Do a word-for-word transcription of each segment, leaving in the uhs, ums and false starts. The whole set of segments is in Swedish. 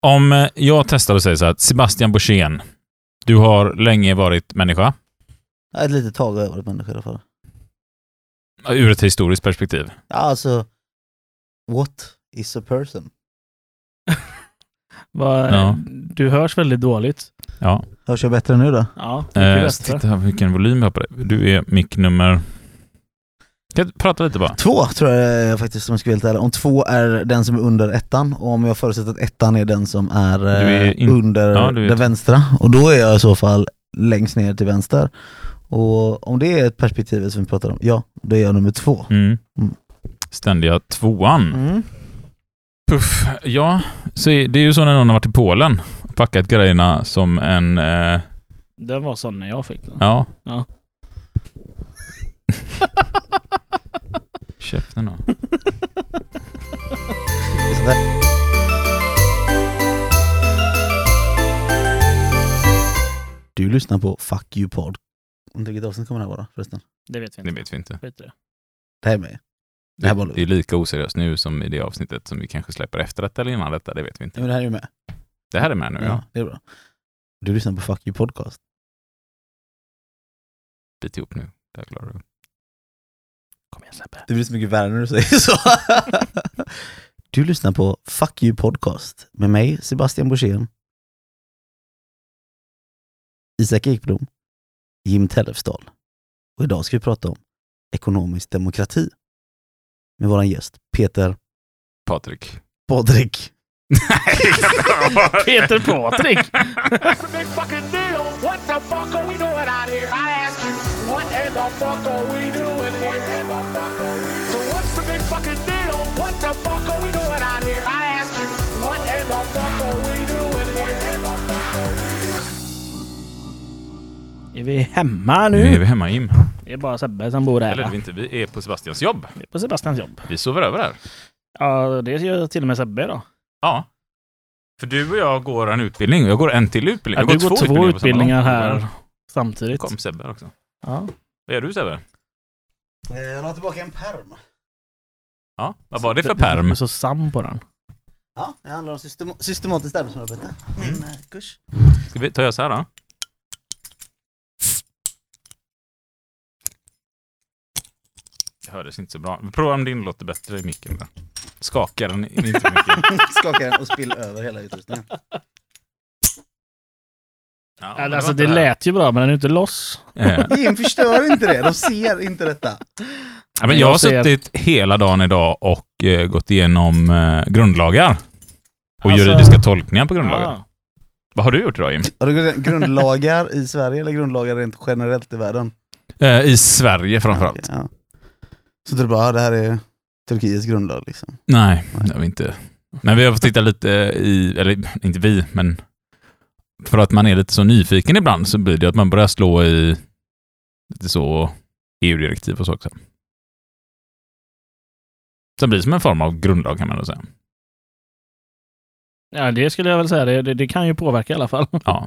Om jag testar att säga så här, Sebastian Borssén, du har länge varit människa. Ett litet tag har jag varit människa i alla fall. Ur ett historiskt perspektiv. Ja, alltså, what is a person? Va, Ja. Du hörs väldigt dåligt. Ja. Hörs jag bättre nu då? Ja, Eh, titta här vilken volym jag har på dig. Du är mick nummer... Kan jag prata lite bara? Två tror jag faktiskt, som jag ska vara helt ärlig. Om två är den som är under ettan, och om jag förutsätter att ettan är den som är, är in... under ja, den vänstra, och då är jag i så fall längst ner till vänster. Och om det är ett perspektiv som vi pratar om, ja, då är jag nummer två. Mm. Mm. Ständiga tvåan. Mm. Puff. Ja, så är, det är ju så när någon har varit i Polen och packat grejerna som en... Eh... Den var sån när jag fick den. Ja. Ja. Käften då. Du lyssnar på Fuck You Pod. Om vilket avsnitt kommer det här vara förresten? Det vet vi Det inte. vet vi inte. Vet du det? Det här är mig. Det här var Det är lika oseriöst nu som i det avsnittet som vi kanske släpper efter detta eller innan detta, det vet vi Ja, inte. men det här är ju med. Det här är med nu, ja. Ja, det är bra. Du lyssnar på Fuck You Podcast. Bit ihop nu. Där klarar du. Kom igen, Sebbe. Det blir så mycket värre när du säger så. Du lyssnar på Fuck You Podcast med mig, Sebastian Borssén, Isak Ekblom, Jim Tellefsdal. Och idag ska vi prata om ekonomisk demokrati med våran gäst Peter Patrik. Podrik. Peter Patrik. Är vi hemma nu? Nu är vi hemma, Jim. Det är bara Sebbe som bor här. Eller va? vi inte, vi är på Sebastians jobb. Vi är på Sebastians jobb. Vi sover över här. Ja, det gör till och med Sebbe då. Ja. För du och jag går en utbildning. Jag går en till utbildning. Ja, Jag du går två utbildningar, utbildningar på samma här gång. samtidigt. Kom Sebbe också. Ja. Vad är du, Sebbe? Jag la tillbaka en perm. Ja, vad var det för perm? Så sam på den. Ja, det handlar om system- systematiskt arbetsmiljöarbete. Min mm. kurs. Ska vi ta så här då? Det hördes inte så bra. Vi provar om din låter bättre i micken då. Skakar den inte så mycket. Skakar den och spill över hela utrustningen. Ja, Alltså, det, alltså var det inte här. lät ju bra, men den är inte loss. Eh. Jim, förstör inte det. De ser inte detta. Ja, men jag har Jag ser- suttit hela dagen idag och eh, gått igenom eh, grundlagar. Och Alltså- juridiska tolkningar på grundlagar. Ja. Vad har du gjort idag, Jim? Har du gått grundlagar i Sverige eller grundlagar rent generellt i världen? Eh, I Sverige framförallt. Ja. Så det är bara, det här är Turkiets grundlag liksom. Nej, det har vi inte. Men vi har fått titta lite i, eller inte vi, men för att man är lite så nyfiken ibland så blir det att man börjar slå i lite så E U-direktiv och så också. Så det blir som en form av grundlag kan man då säga. Ja, det skulle jag väl säga. Det, det, det kan ju påverka i alla fall. Ja.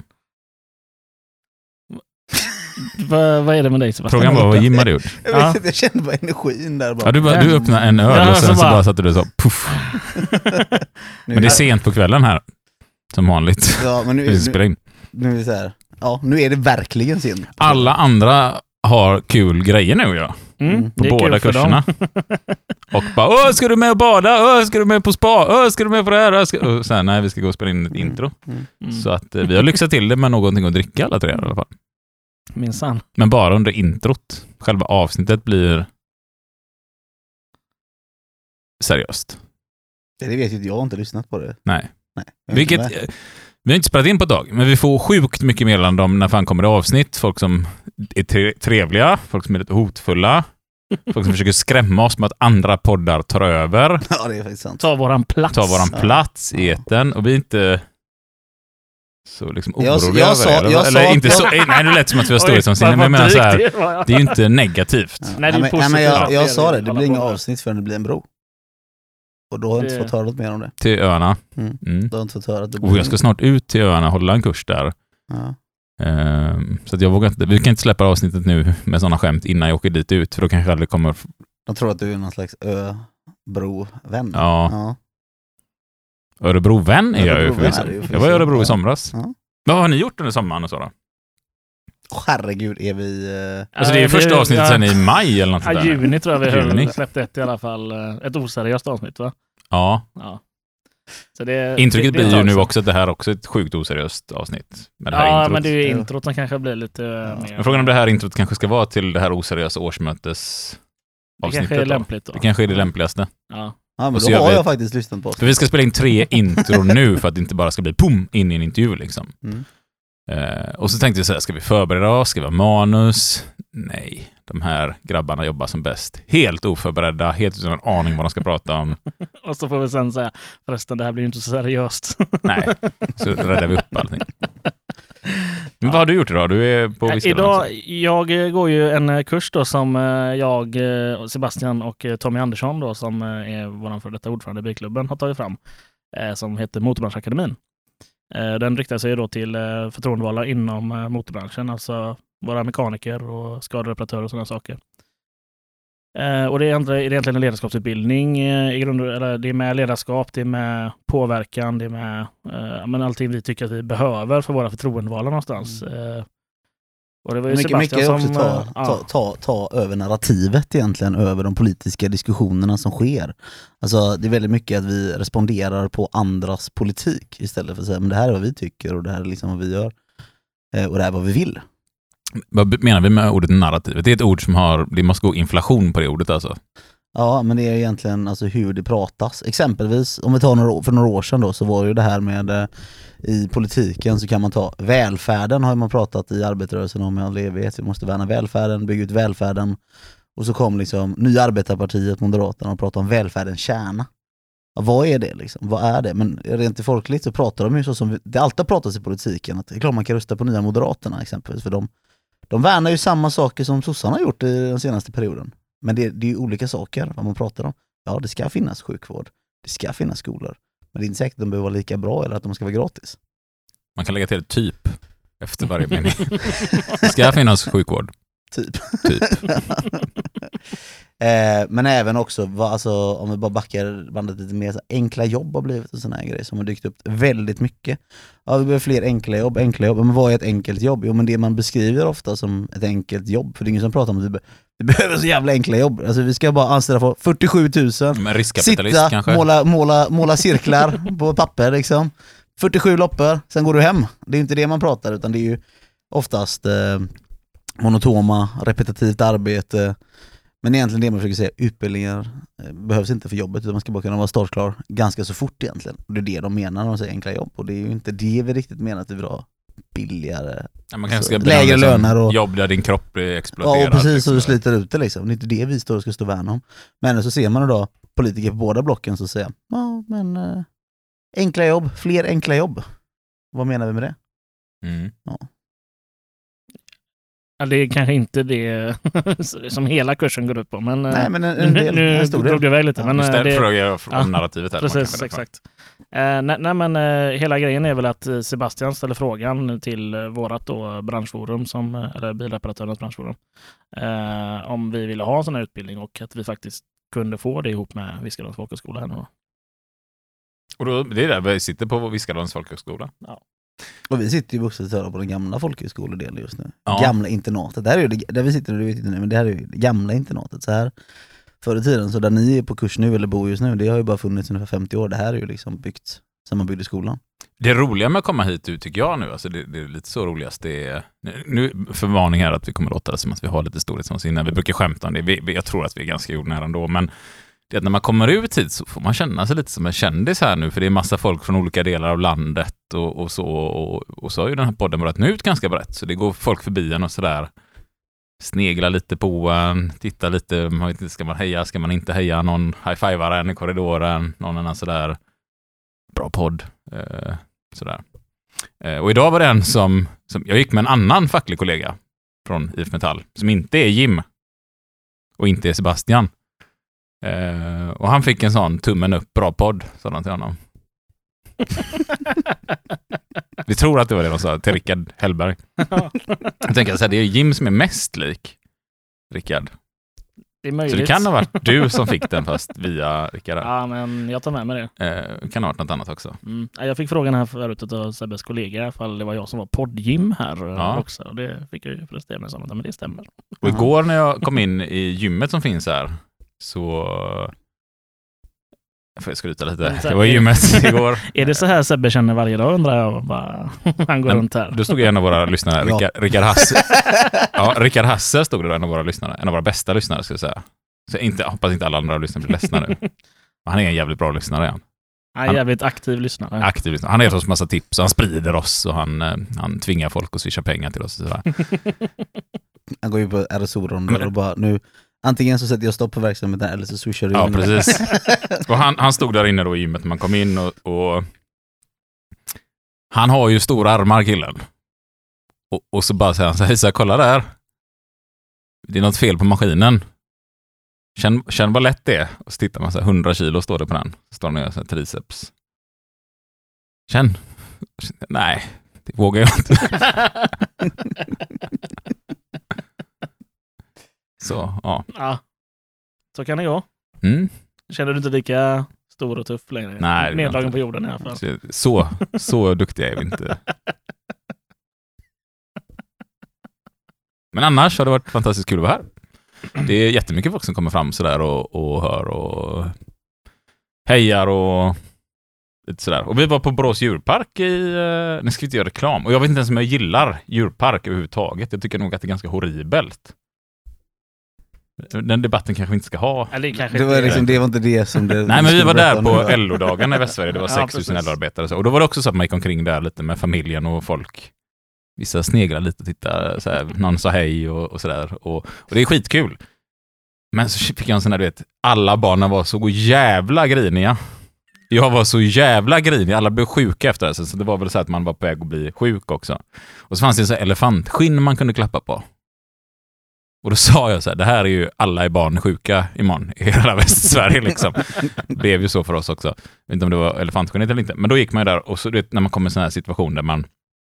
Va, vad är det med dig, Sebastian? Frågan var vad Jim hade gjort. Jag, vet Ja. inte, jag kände bara energin där. Bara. Ja, du, bara, du öppnade en öl Ja, och sen så så bara- bara satte du så puff. Men det är sent på kvällen här. Som vanligt. Ja, men nu, Vi ska nu, spela in. nu är det så här. Ja, nu är det verkligen sent. Alla andra har kul grejer nu, ja. Mm, På det är båda kul för dem. kurserna. Och bara, åh, ska du med och bada? Åh, ska du med på spa? Åh, ska du med på det här? Åh, ska... Och sen, nej, vi ska gå och spela in ett intro. Mm. Mm. Så att eh, vi har lyxat till det med någonting att dricka alla tre i alla fall. Minsann. Men bara under introt. Själva avsnittet blir seriöst. Det vet ju inte, jag har inte lyssnat på det. Nej. Nej, jag är Vilket, inte med. eh, vi har inte spelat in på ett tag, men vi får sjukt mycket meddelande om när fan kommer det avsnitt. Folk som är tre- trevliga, folk som är lite hotfulla, folk som försöker skrämma oss med att andra poddar tar över, Ja, det är faktiskt sant. Ta våran plats. tar våran Ja. plats i etern, och vi är inte så liksom Jag- oroliga jag över sa- det. Eller, jag eller sa- inte så, nej, det lät som att vi har Oj, storhetsvansinne, men jag vad menar så här, drygt det var. det är ju inte negativt. Ja. Nej, det är men, nej, men positivt. jag, Ja, jag det sa är det, det. det Alla blir inga poddar. avsnitt förrän det blir en bro. Och då har jag inte Det- fått höra något mer om det. Till öarna. Mm. Mm. Då har jag inte fått höra att det blir Och jag ska snart ut till öarna och hålla en kurs där. Ja. Ehm, så att jag vågar inte, vi kan inte släppa avsnittet nu med sådana skämt innan jag åker dit ut, för då kanske aldrig kommer... De tror att du är någon slags ö-bro-vän. Ja. Ja. Örebrovän är jag ju Örebrovän förvisso. är det ju förvisso. Jag var i Örebro i Ja. somras. Ja. Vad har ni gjort under sommaren och så då? Åh, herregud, är vi... eh, Alltså det är ju Eh, första avsnittet ja, sen i maj eller något Ja, sådär. juni tror jag vi Juni. höll, släppte ett i alla fall. eh, Ett oseriöst avsnitt, va? Ja. Ja. Så det, Intrycket det, det är blir ju ett nu tag också att det här också är ett sjukt oseriöst avsnitt. Med det här Ja, introt. men det är ju Ja. introt som kanske blir lite ja. mer... Men frågan om det här introt kanske ska vara till det här oseriösa årsmötes Det avsnittet kanske är då. lämpligt då. Det kanske är det lämpligaste. Ja. Ja, men Och så då gör har vi jag ett- faktiskt lyssnat på oss. För vi ska spela in tre intro nu för att det inte bara ska bli pum in i en intervju liksom. Mm. Eh, och så tänkte jag så här, ska vi förbereda oss? Ska vi ha manus? Nej, de här grabbarna jobbar som bäst. Helt oförberedda, helt utan en aning vad de ska prata om. Och så får vi sen säga, förresten det här blir ju inte så seriöst. Nej, så räddar vi upp allting. Men vad har du gjort idag? Du är på Eh, Viskadon. Idag, jag eh, går ju en eh, kurs då som eh, jag, eh, Sebastian och eh, Tommy Andersson då, som eh, är vår för detta ordförande i Bilklubben, har tagit fram, eh, som heter Motorbranschakademin. Eh, Den riktar sig då till eh, förtroendevalda inom eh, motorbranschen, alltså våra mekaniker och skadereparatörer och sådana saker. Eh, och det är, andra, det är egentligen en ledarskapsutbildning eh, i grund, eller det är med ledarskap, det är med påverkan, det är med eh, men allting vi tycker att vi behöver för våra förtroendevalda någonstans. Eh, och det var ju Mycket, Sebastian mycket också som... ta, eh, ja. ta, ta, ta över narrativet egentligen, över de politiska diskussionerna som sker. Alltså det är väldigt mycket att vi responderar på andras politik istället för att säga, men det här är vad vi tycker och det här är liksom vad vi gör. Eh, och det här är vad vi vill. Vad menar vi med ordet narrativet? Det är ett ord som har, det måste gå inflation på det ordet alltså. Ja, men det är egentligen alltså hur det pratas. Exempelvis, om vi tar några, för några år sedan då, så var ju det här med eh, i politiken så kan man ta välfärden, har man pratat i arbetarrörelsen om i all evighet. Vi måste värna välfärden, bygga ut välfärden. Och så kom liksom Nya Arbetarpartiet, Moderaterna, och pratade om välfärdens kärna. Ja, vad är det liksom? Vad är det? Men rent i folkligt så pratar de ju så som vi, det alltid pratas i politiken, att det är klart man kan rösta på Nya Moderaterna exempelvis, för de, de värnar ju samma saker som sossarna har gjort i den senaste perioden. Men det, det är ju olika saker vad man pratar om. Ja, det ska finnas sjukvård. Det ska finnas skolor. Men det är inte säkert att de behöver vara lika bra eller att de ska vara gratis. Man kan lägga till typ efter varje mening. Det ska finnas sjukvård. Typ. Typ. eh, men även också, vad, alltså, om vi bara backar bandet lite mer, så enkla jobb har blivit en sån här grej som har dykt upp väldigt mycket. Ja, vi behöver fler enkla jobb, enkla jobb. Men vad är ett enkelt jobb? Jo, men det man beskriver ofta som ett enkelt jobb, för det är ingen som pratar om att vi, be- vi behöver så jävla enkla jobb. Alltså vi ska bara anställa för fyrtiosju tusen, Men riskkapitalist sitta, kanske? måla, måla, måla cirklar på papper liksom. fyrtiosju loppor, sen går du hem. Det är inte det man pratar, utan det är ju oftast eh, monotoma, repetitivt arbete. Men egentligen det man försöker säga, utbildningar eh, behövs inte för jobbet, utan man ska bara kunna vara startklar ganska så fort egentligen. Och det är det de menar när de säger enkla jobb. Och det är ju inte det vi riktigt menar att vi vill ha billigare. Ja, man kanske så, ska lägre liksom löner och- jobb där din kropp blir exploaterad. Ja, och precis, liksom. så du sliter ut det liksom. Det är inte det vi står och ska stå värna om. Men så ser man idag politiker på båda blocken så säger ja, men eh, enkla jobb, fler enkla jobb. Vad menar vi med det? Mm. Ja, det är kanske inte det som hela kursen går ut på, men, Nej, men en, en del, nu en stor del. drog det iväg lite. Ja, men, Just eh, därför det, frågar jag ja, om narrativet här. precis, exakt. Eh, nej, nej, men eh, hela grejen är väl att eh, Sebastian ställer frågan till eh, vårat då branschforum, som, eh, eller bilreparatörernas branschforum, eh, om vi ville ha en sån här utbildning och att vi faktiskt kunde få det ihop med Viskadons folkhögskola här nu då. Och då, det är där vi sitter på Viskadons folkhögskola. Och vi sitter ju också på den gamla folkhögskoledelen just nu. Ja. Gamla internatet. Det här är ju det, där vi sitter nu, det vet inte nu, men det här är ju det gamla internatet. Så här förr i tiden, så där ni är på kurs nu eller bor just nu, det har ju bara funnits ungefär femtio år. Det här är ju liksom byggt som man byggde skolan. Det roliga med att komma hit ut tycker jag nu, alltså det, det är lite så roligast, det är, nu förvarning här att vi kommer låta det som att vi har lite storhetsvansinne, vi brukar skämta om det, vi, vi, jag tror att vi är ganska jordnära ändå, men det är att när man kommer ut hit så får man känna sig lite som en kändis här nu, för det är massa folk från olika delar av landet och, och så, och, och så har ju den här podden brett ut ganska brett, så det går folk förbi en och sådär, snegla lite på en, titta lite, man vet inte, ska man heja, ska man inte heja, någon high-fivar en i korridoren, någon annan sådär, bra podd, eh, sådär. Eh, och idag var det en som, som, jag gick med en annan facklig kollega från I F Metall, som inte är Jim och inte är Sebastian. Eh, och han fick en sån tummen upp, bra podd, sa han till honom. Vi tror att det var det de sa till Rickard Hellberg. Jag tänker så här, det är Jim som är mest lik Rickard. Det är möjligt. Så det kan ha varit du som fick den fast via Rickard. Ja, men jag tar med mig det. Eh, kan ha varit något annat också. Mm. Jag fick frågan här förut av Sebbes kollega ifall det var jag som var poddgym här Ja. också. Och det fick jag ju prestera med som att men det stämmer. Och igår när jag kom in i gymmet som finns här så... Jag får skryta lite. Det var gymmet igår. Är det så här Sebbe känner varje dag undrar jag? Bara, han går Men, runt här. Då stod en av våra lyssnare, Ja. Rickard, Rickard Hasse. Ja, Rickard Hasse stod det, en av våra lyssnare. En av våra bästa lyssnare ska jag säga. Så jag inte, hoppas inte alla andra lyssnare blir ledsna nu. Men han är en jävligt bra lyssnare. Han. Han är jävligt aktiv lyssnare. Aktiv lyssnare. Han ger oss massa tips och han sprider oss och han, eh, han tvingar folk att swisha pengar till oss. Och sådär. Han går ju på R S O-ronder och bara nu, antingen så sätter jag stopp på verksamheten eller så swishar du Ja, in. precis. Och han, han stod där inne då i gymmet när man kom in och, och han har ju stora armar, killen. Och, och så bara säger han så här, Isa, kolla där. Det är något fel på maskinen. Känn, känn vad lätt det är. Och så tittar man så här, hundra kilo står det på den. Så står den och gör så här, triceps. Känn. Nej, det vågar jag inte. Så, ja. Ja, så kan det gå. Mm. Känner du inte lika stor och tuff längre? Nej, det Neddragen inte. på jorden i alla fall. Så, så, så duktiga är vi inte. Men annars har det varit fantastiskt kul att vara här. Det är jättemycket folk som kommer fram sådär och, och hör och hejar och lite sådär. Och vi var på Borås djurpark i... Nu ska vi inte göra reklam. Och jag vet inte ens om jag gillar djurpark överhuvudtaget. Jag tycker nog att det är ganska horribelt. Den debatten kanske vi inte ska ha. Eller kanske Det var, inte- liksom, det var inte det som det... Nej, men vi var där på nu. L O-dagen i Västsverige. Det var Ja, sex tusen precis. L O-arbetare. Så. Och då var det också så att man gick omkring där lite med familjen och folk. Vissa sneglar lite och tittade. Så här, någon sa hej och, och sådär. Och, och det är skitkul. Men så fick jag en sån här, du vet, alla barnen var så jävla griniga. Jag var så jävla grinig. Alla blev sjuka efter det. Så det var väl så att man var på väg att bli sjuk också. Och så fanns det en sån här elefantskinn man kunde klappa på. Och då sa jag så här, det här är ju alla är barn sjuka imorgon i hela Västsverige liksom. Det blev ju så för oss också. Jag vet inte om det var elefantskinnet eller inte. Men då gick man ju där och så vet, när man kommer i en sån här situation där man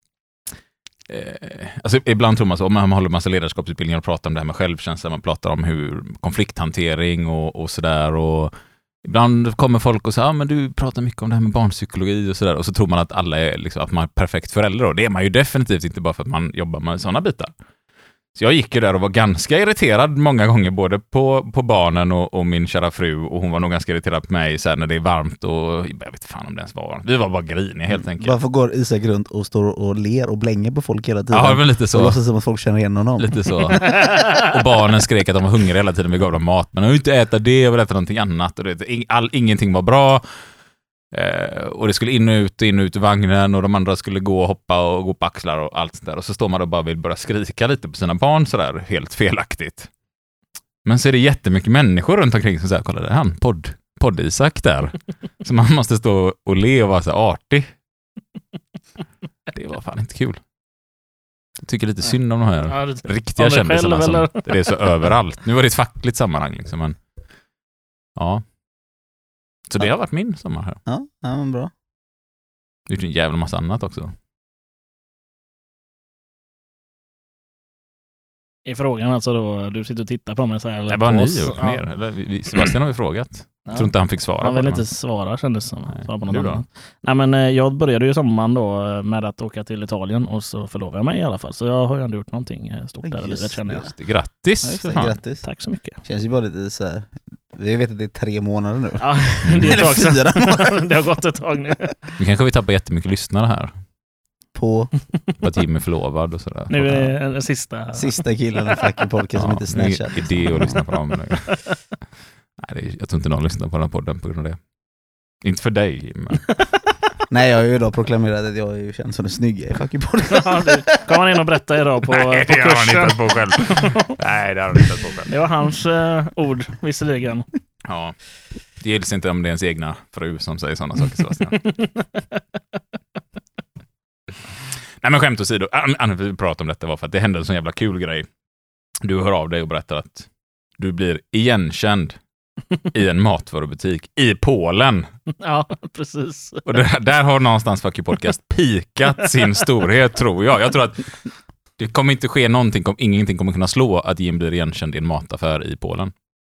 eh, alltså ibland tror man så, om man håller massa ledarskapsutbildningar och pratar om det här med självkänsla, man pratar om hur konflikthantering och, och sådär och ibland kommer folk och säger, ja ah, men du pratar mycket om det här med barnpsykologi och sådär och så tror man att alla är liksom, att man är perfekt förälder och det är man ju definitivt inte bara för att man jobbar med sådana bitar. Så jag gick ju där och var ganska irriterad många gånger både på, på barnen och, och min kära fru och hon var nog ganska irriterad på mig så här, när det är varmt och jag vet fan om det ens var varmt. Vi var bara griniga helt enkelt. Varför går Isak runt och står och ler och blänger på folk hela tiden? Ja, men lite Och så. låtsas som att folk känner igen honom. Lite så. Och barnen skrek att de var hungriga hela tiden. Vi gav dem mat. Men de vill inte äta det, jag vill äta någonting annat. Och det, all, ingenting var bra. Eh, och det skulle in och ut, in och ut i vagnen. Och de andra skulle gå och hoppa och gå på axlar och allt sånt där. Och så står man och bara vill börja skrika lite på sina barn sådär, helt felaktigt. Men så är det jättemycket människor runt omkring som säger, kolla det är han, podd, podd-Isak där. Så man måste stå och le och vara så artig. Det var fan inte kul. Jag tycker lite synd om de här Ja, det- riktiga om dig kändisarna själv, som eller? det är så överallt. Nu var det ett fackligt sammanhang liksom, men ja. Så det har varit min sommar här. Ja, ja men bra. Det är ju en jävla massa annat också. I frågan alltså då, du sitter och tittar på mig så här. Det var ni oss. upp ner. Eller, vi- vi- Sebastian har vi frågat. Jag tror inte han fick svara. Han vill på inte det, svara kändes det som. Nej. Svara på något Du då? annat. Nej men eh, jag började ju sommaren då med att åka till Italien och så förlovade jag mig i alla fall. Så jag har ju ändå gjort någonting eh, stort där i Just- livet känner jag. men- Just det, grattis! Ja, just för det, fan. grattis. Tack så mycket. Känns ju bara lite så här. Vi vet att det är tre månader nu. Ja, det är ett Eller tag sedan. fyra månader. Det har gått ett tag nu. Nu kanske vi tappar jättemycket lyssnare här. På På att Jimmy är förlovad och sådär. Nu är det den sista. sista killen i fucking podcast som Ja, inte det är snatchat. ingen idé att lyssna på dem nu. Nej, det är, jag tror inte någon lyssnar på den här podden på grund av det. Inte för dig, Jimmy. Nej, jag har ju då proklamerat att jag är ju känd som den snygga i fucking podcast. Ja, det kommer han in och berätta idag på, Nej, på det har han kursen. inte på själv. Nej, det har han inte på själv. Det var hans eh, ord visserligen. Ja. Det gills inte om det är ens egna fru som säger sådana saker, Sebastian. Nej, men skämt åsido. Anledningen till att vi pratar om detta var för att det hände en sån jävla kul grej. Du hör av dig och berättar att du blir igenkänd i en matvarubutik i Polen. Ja, precis. Och där, där har någonstans Fuck You Podcast pikat sin storhet, tror jag. Jag tror att det kommer inte ske någonting, kom, ingenting kommer kunna slå att Jim blir igenkänd i en mataffär i Polen.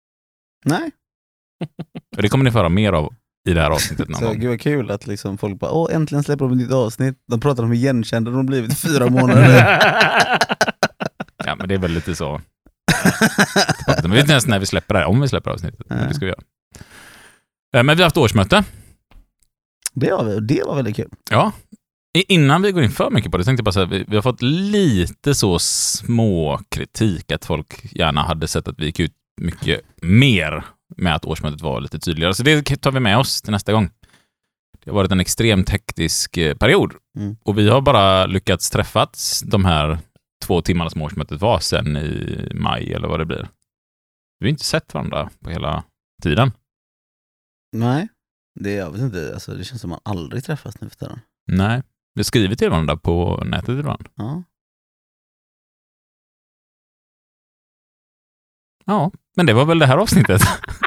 Nej. Och det kommer ni få höra mer av i det här avsnittet någon Så gång. gud vad kul att liksom folk bara, åh äntligen släpper de ett nytt avsnitt. De pratar om hur igenkända de blivit i fyra månader. Ja, men det är väl lite så. Men vi vet inte ens när vi släpper det här, om vi släpper avsnittet. Men det ska vi göra. Men vi har haft årsmöte. Det var, det var väldigt kul. Ja. Innan vi går in för mycket på det, tänkte jag bara säga att vi, vi har fått lite så små kritik att folk gärna hade sett att vi gick ut mycket mer med att årsmötet var lite tydligare. Så det tar vi med oss till nästa gång. Det har varit en extremt hektisk period. Mm. Och vi har bara lyckats träffats de här två timmarna som årsmötet var sen i maj eller vad det blir. Vi har inte sett varandra på hela tiden. Nej, det, jag vet inte, alltså, det känns som man aldrig träffas nu för tiden. Nej, vi skriver till varandra på nätet ibland. Ja. Ja, men det var väl det här avsnittet.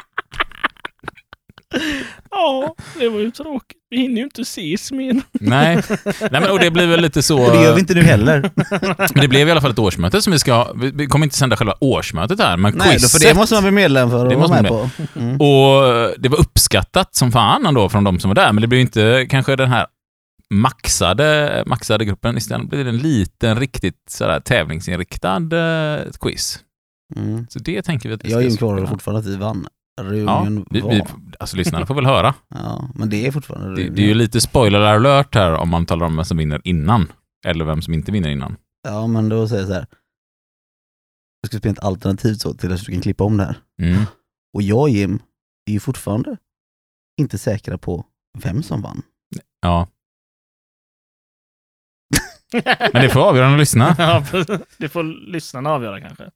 Ja, det var ju tråkigt. Vi hinner ju inte ses mer. Nej. Nej, men och det blir väl lite så. Och det gör vi inte nu heller. Men det blev i alla fall ett årsmöte som vi ska, vi kommer inte sända själva årsmötet här, men Nej, quizet, för det måste man bli medlem för att det vara måste med man på. Mm. Och det var uppskattat som fan ändå från de som var där, men det blev inte kanske den här maxade, maxade gruppen. Istället blev det en liten, riktigt sådär tävlingsinriktad eh, quiz. Mm. Så det tänker vi att vi Jag är ju ska kvar spela. fortfarande att vi vann. Ja, Reunion vi, var. vi, alltså lyssnarna får väl höra. Ja, men det är fortfarande Det, reunion. det är ju lite spoiler alert här om man talar om vem som vinner innan. Eller vem som inte vinner innan. Ja, men då säger jag så här. Jag ska spela ett alternativ så till att du kan klippa om det här. Mm. Och jag och Jim är ju fortfarande inte säkra på vem som vann. Ja. Men det får avgöra att lyssna. Ja, det får lyssnarna avgöra kanske.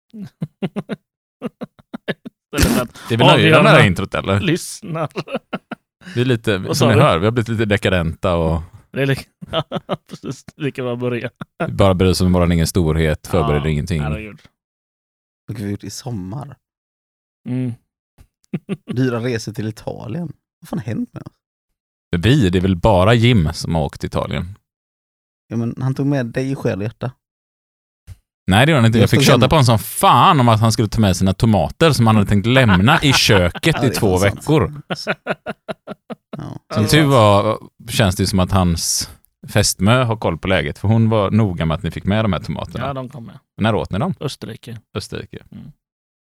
Det är väl nöjda med det här introt, eller? Lyssnar. Vi är lite, Vad som sa ni du? hör, vi har blivit lite dekadenta och Det är li- precis lika bra börja. vi bara bryr oss om vår egen storhet, förbereder Ja, ingenting. herregud. Och vi har gjort i sommar. Mm. Dyra resor till Italien. Vad fan har hänt med oss? Vi, det är väl bara Jim som har åkt till Italien. Ja, men han tog med dig i själ och hjärta. Nej, det gjorde han inte. Jag Jag fick stod tjata hemma. på honom som fan om att han skulle ta med sina tomater som han hade tänkt lämna i köket Ja, i det är två fan sant. veckor. Ja. Som tur var känns det som att hans fästmö har koll på läget, för hon var noga med att ni fick med de här tomaterna. Ja, de kommer. När åt ni dem? Österrike. Österrike. Mm.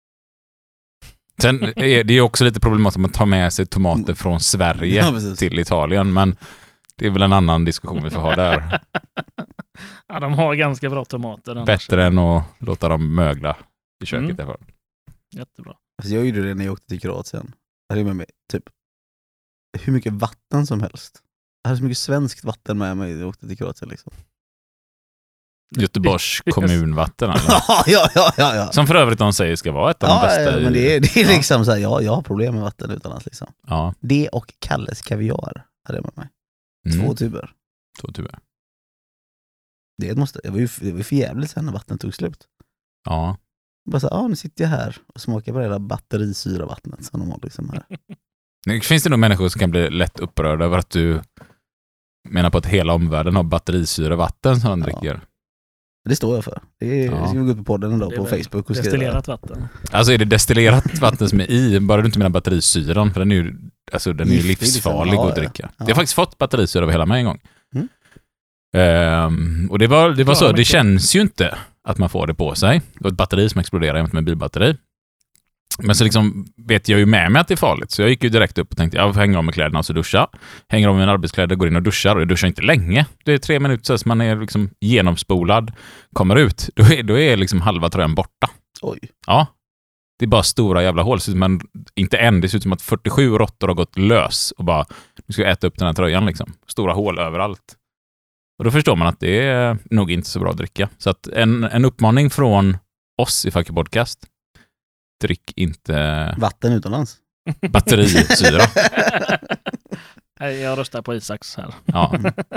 Sen är det ju också lite problematiskt att man tar med sig tomater från Sverige Ja, precis. till Italien, men det är väl en annan diskussion vi får ha där. Ja, de har ganska bra tomater. annars. Bättre än att låta dem mögla i köket. Mm. i alla fall. Jättebra. Alltså jag gjorde det när jag åkte till Kroatien. Jag hade med mig typ hur mycket vatten som helst. Jag hade så mycket svenskt vatten med mig när jag åkte till Kroatien. Liksom. Göteborgs kommunvatten. Eller? ja, ja, ja, ja. Som för övrigt de säger ska vara ett av de Ja, bästa. ja, i- men det är, det är Ja. liksom så här, ja, jag har problem med vatten utomlands liksom. Ja. Det och Kalles kaviar hade jag med mig. Mm. Två tuber. Två tuber. Det måste, det var ju det var för jävligt sen när vattnet tog slut. Ja. Bara så här, ja nu sitter jag här och smakar på det där batterisyra vattnet som de har liksom här. Nu finns det nog människor som kan bli lätt upprörda över att du menar på att hela omvärlden har batterisyra vatten som de Ja. dricker. Det står jag för. Det, är, Ja. det ska vi gå upp på podden en dag Det är på väl Facebook och skriva. Destillerat vatten. Alltså är det destillerat vatten som är i, bara du inte menar batterisyran, för den är ju, alltså, den är ju Giftig, livsfarlig liksom. Ja, att ja. dricka. Ja. Jag har faktiskt fått batterisyra över hela mig en gång. Mm. Ehm, och det var, det var Ja, så, det mycket. känns ju inte att man får det på sig. Det var ett batteri som exploderade jämt med en bilbatteri. Men så liksom vet jag ju med mig att det är farligt. Så jag gick ju direkt upp och tänkte, jag får hänga av med kläderna och så duscha. Hänger av med mina arbetskläder, går in och duschar. Och jag duschar inte länge. Det är tre minuter så man är liksom genomspolad. Kommer ut, då är, då är liksom halva tröjan borta. Oj. Ja. Det är bara stora jävla hål. Men inte än. Det ser ut som att fyrtiosju råttor har gått lös och bara, nu ska jag äta upp den här tröjan liksom. Stora hål överallt. Och då förstår man att det är nog inte så bra att dricka. Så att en, en uppmaning från oss i Fucky Podcast. Drick inte Vatten utomlands. batterisyra. Nej, jag röstar på Isaks här. Ja.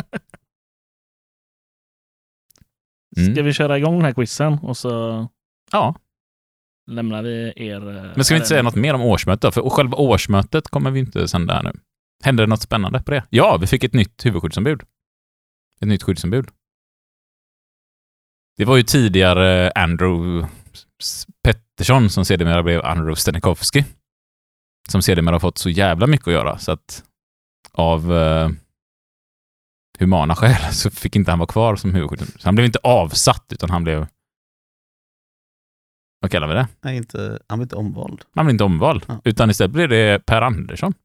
Mm. Ska vi köra igång den här quizen och så ja. lämnar vi er... Men ska vi inte säga något mer om årsmötet då? För själva årsmötet kommer vi inte sända här nu. Hände det något spännande på det? Ja, vi fick ett nytt huvudskyddsombud. Ett nytt skyddsombud. Det var ju tidigare Andrew Pettersson som sedermera blev Andrew Stanikovski som sedermera har fått så jävla mycket att göra så att av uh, humana skäl så fick inte han vara kvar som huvudskyddsombud. Så han blev inte avsatt utan han blev, vad kallar vi det? Nej, inte, han blev inte omvald. Han blev inte omvald ja. Utan istället blev det Per Andersson.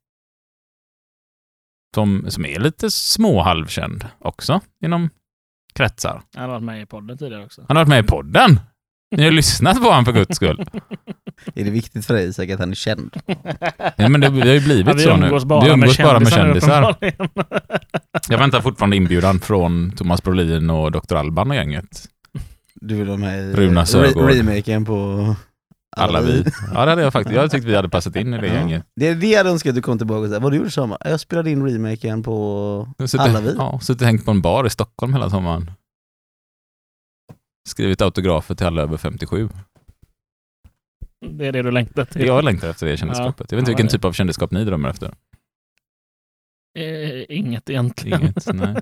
Som, som är lite småhalvkänd också inom kretsar. Han har varit med i podden tidigare också. Han har varit med i podden. Ni har lyssnat på honom för guds skull. Är det viktigt för dig Isak att han är känd? Ja, men det, det har ju blivit ja, vi så nu. umgås bara, vi umgås med, bara med kändisar. kändisar. Jag väntar fortfarande inbjudan från Thomas Brolin och doktor Alban och gänget. Du vill vara med i Runa Sögaard. re- remaken på Alla, Alla vi. Ja, det hade jag faktiskt. Jag tyckte vi hade passat in i det ja. gänget. Det är det jag önskar att du kom tillbaka och säga. Vad du gjorde sommar? Jag spelade in remaken på Suttit, Alla vi. Ja, suttit hängt på en bar i Stockholm hela sommaren. Skrivit autografer till alla över femtiosju. Det är det du längtar till. Jag längtar efter det kändisskapet. Jag vet inte Ja, vilken det. typ av kändisskap ni drömmer efter. Eh, inget egentligen. Inget, nej.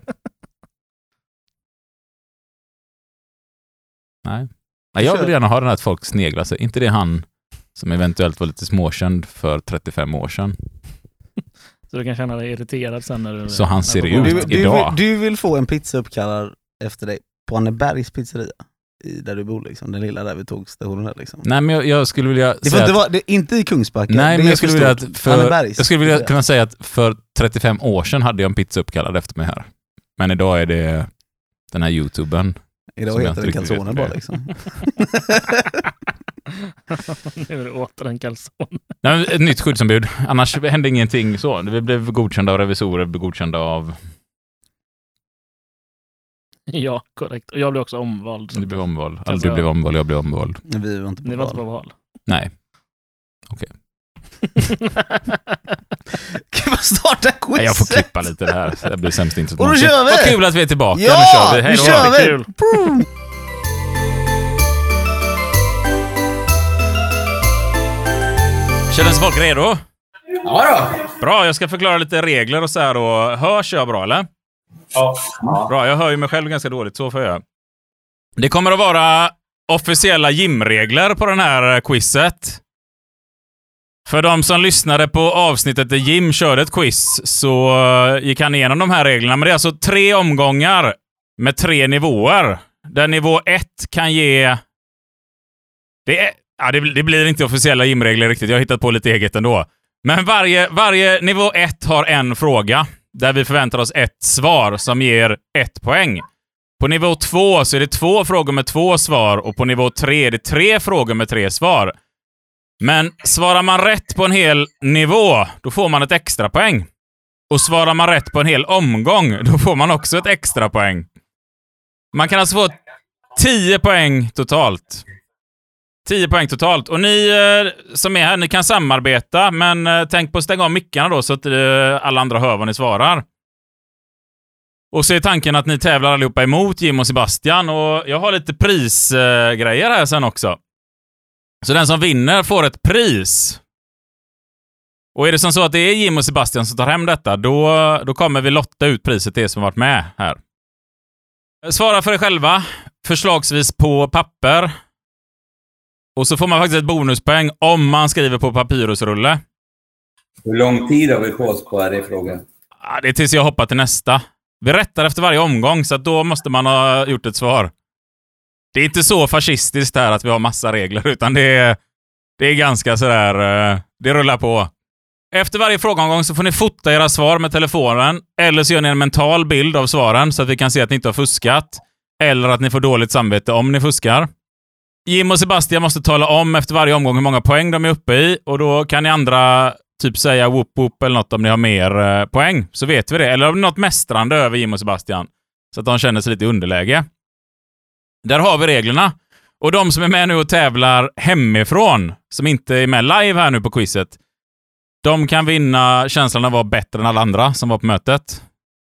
Nej. Nej, jag vill gärna ha den här att folk sneglar sig. Inte det han som eventuellt var lite småkänd för trettiofem år sedan. Så du kan känna dig irriterad sen när du... Så han ser när du- ut Du, du, idag. vill, du vill få en pizza uppkallad efter dig på Annebergs pizzeria i, där du bor liksom, den lilla där vi tog stationen där liksom. Nej, men jag, jag skulle vilja Det får säga inte att, vara, det är inte i Kungsbacka. nej, det men är jag skulle för vilja stort. att för, Annebergs jag skulle vilja pizzeria. kunna säga att för trettiofem år sedan hade jag en pizza uppkallad efter mig här. Men idag är det den här YouTuben. Idag som jag heter inte det riktigt calzone vet bara det. liksom. Nu är det åter en kalson. Nej, men ett nytt skyddsombud. Annars hände ingenting så. Vi blev godkända av revisorer, blev godkända av... Ja, korrekt. Och jag blev också omvald. Du blev omvald. Alltså, Alltså, du blev omvald, jag blev omvald. Vi var inte på Ni var inte val. på val. Nej. Kan man starta quiz? Nej, jag får klippa lite det här. Så det blir sämst inte. Och då kör vi! Vad kul att vi är tillbaka. Ja, nu kör vi. Hej nu då. kör vi! Kul. Känner sig folk redo? Ja då. Bra, jag ska förklara lite regler och så här. Och hörs jag bra, eller? Ja. Bra, jag hör ju mig själv ganska dåligt, så får jag. Det kommer att vara officiella gymregler på den här quizet. För de som lyssnade på avsnittet där Jim körde ett quiz så gick han igenom de här reglerna. Men det är alltså tre omgångar med tre nivåer. Där nivå ett kan ge... Det, är... ja, det, det blir inte officiella gymregler riktigt. Jag har hittat på lite eget ändå. Men varje, varje nivå ett har en fråga. Där vi förväntar oss ett svar som ger ett poäng. På nivå två så är det två frågor med två svar. Och på nivå tre är det tre frågor med tre svar. Men svarar man rätt på en hel nivå, då får man ett extra poäng. Och svarar man rätt på en hel omgång, då får man också ett extra poäng. Man kan alltså få tio poäng totalt. tio poäng totalt. Och ni eh, som är här, ni kan samarbeta, men eh, tänk på att stänga av mickarna då så att eh, alla andra hör vad ni svarar. Och så är tanken att ni tävlar allihopa emot Jim och Sebastian. Och jag har lite prisgrejer eh, här sen också. Så den som vinner får ett pris. Och är det som så att det är Jim och Sebastian som tar hem detta, då, då kommer vi lotta ut priset till er som varit med här. Svara för er själva, förslagsvis på papper. Och så får man faktiskt ett bonuspoäng om man skriver på papyrusrulle. Hur lång tid har vi på oss på det frågan? Ja, det är tills jag hoppar till nästa. Vi rättar efter varje omgång, så att då måste man ha gjort ett svar. Det är inte så fascistiskt här att vi har massa regler, utan det är, det är ganska sådär, det rullar på. Efter varje frågeomgång så får ni fota era svar med telefonen, eller så gör ni en mental bild av svaren så att vi kan se att ni inte har fuskat, eller att ni får dåligt samvete om ni fuskar. Jim och Sebastian måste tala om efter varje omgång hur många poäng de är uppe i, och då kan ni andra typ säga whoop whoop eller något om ni har mer poäng, så vet vi det. Eller något mästrande över Jim och Sebastian, så att de känner sig lite i underläge. Där har vi reglerna. Och de som är med nu och tävlar hemifrån, som inte är med live här nu på quizet, de kan vinna känslan av att vara bättre än alla andra som var på mötet.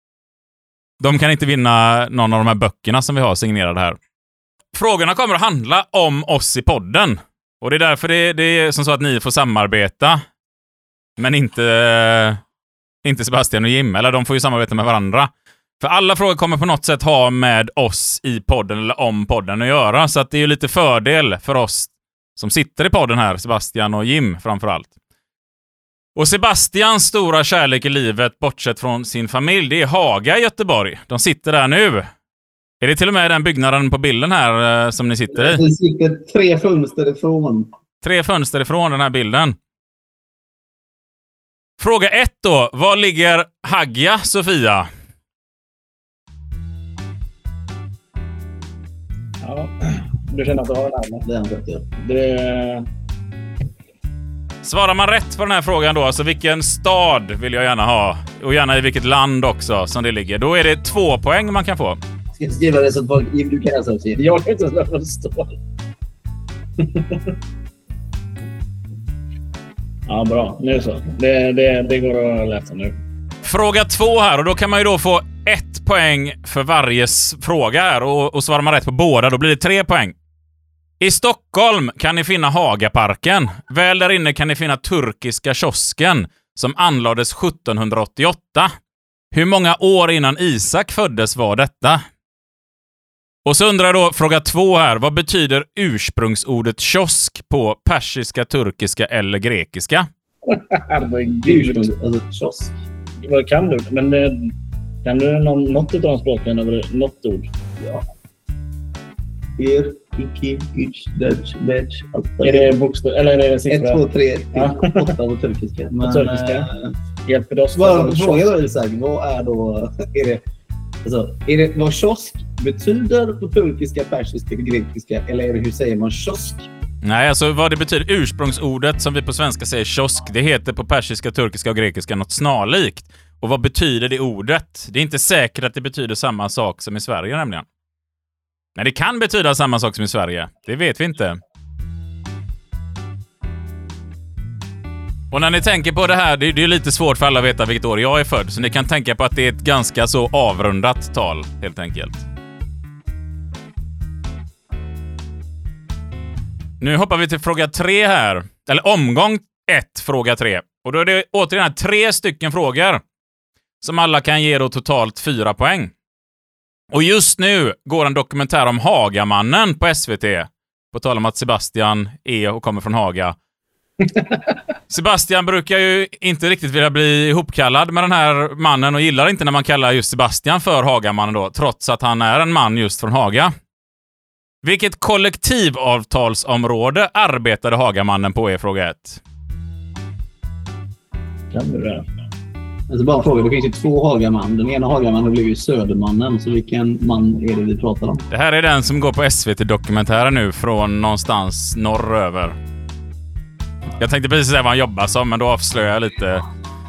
De kan inte vinna någon av de här böckerna som vi har signerade här. Frågorna kommer att handla om oss i podden. Och det är därför det, det är som så att ni får samarbeta. Men inte, inte Sebastian och Jim. Eller de får ju samarbeta med varandra. För alla frågor kommer på något sätt ha med oss i podden eller om podden att göra. Så att det är ju lite fördel för oss som sitter i podden här, Sebastian och Jim framförallt. Och Sebastians stora kärlek i livet, bortsett från sin familj, det är Haga i Göteborg. De sitter där nu. Är det till och med den byggnaden på bilden här som ni sitter i? Vi sitter tre fönster ifrån. Tre fönster ifrån den här bilden. Fråga ett då. Var ligger Hagia Sofia? Ja, du känner att du har den här. Det är en rätt, ja. Det... Svarar man rätt på den här frågan då, alltså vilken stad vill jag gärna ha, och gärna i vilket land också som det ligger, då är det två poäng man kan få. Ska jag skriva det så att folk, du kan läsa också. Jag kan inte ens läsa vad det står. Ja, bra. Nu så. Det, det, det går att läsa nu. Fråga två här, och då kan man ju då få ett poäng för varje fråga här, och, och svarar man rätt på båda, då blir det tre poäng. I Stockholm kan ni finna Hagaparken. Väl där inne kan ni finna turkiska kiosken som anlades sjuttonhundraåttioåtta. Hur många år innan Isak föddes var detta? Och så undrar jag då, fråga två här. Vad betyder ursprungsordet kiosk på persiska, turkiska eller grekiska? Herregud. Alltså, kiosk. Vad kan du? Men det, kan du någon, något av de språken över något ord? Ja. Er, iki, ich, dutch, bitch. Är det bokstav eller är det siffra? ett, två, tre, Ja. åtta på turkiska. Men, turkiska. Äh, Hjälper det oss? vad frågar då Isak? Vad är då... Är det, alltså, är det vad kiosk betyder på turkiska, persiska, grekiska? Eller är det, hur säger man kiosk? Nej, alltså vad det betyder, ursprungsordet som vi på svenska säger kiosk, det heter på persiska, turkiska och grekiska något snarlikt. Och vad betyder det ordet? Det är inte säkert att det betyder samma sak som i Sverige nämligen. Nej, det kan betyda samma sak som i Sverige. Det vet vi inte. Och när ni tänker på det här, det är ju lite svårt för alla att veta vilket år jag är född. Så ni kan tänka på att det är ett ganska så avrundat tal, helt enkelt. Nu hoppar vi till fråga tre här. Eller omgång ett, fråga tre. Och då är det återigen tre stycken frågor som alla kan ge då totalt fyra poäng. Och just nu går en dokumentär om Hagamannen på S V T. På tal om att Sebastian är och kommer från Haga. Sebastian brukar ju inte riktigt vilja bli ihopkallad med den här mannen och gillar inte när man kallar just Sebastian för Hagamannen då, trots att han är en man just från Haga. Vilket kollektivavtalsområde arbetade Hagamannen på, är fråga ett. Kan du det? Alltså bara en fråga, det finns ju två Hagaman. Den ena Hagamannen blev ju Södermannen, så vilken man är det vi pratar om? Det här är den som går på S V T-dokumentären nu från någonstans norröver. Jag tänkte precis säga vad han jobbar som, men då avslöjar jag lite.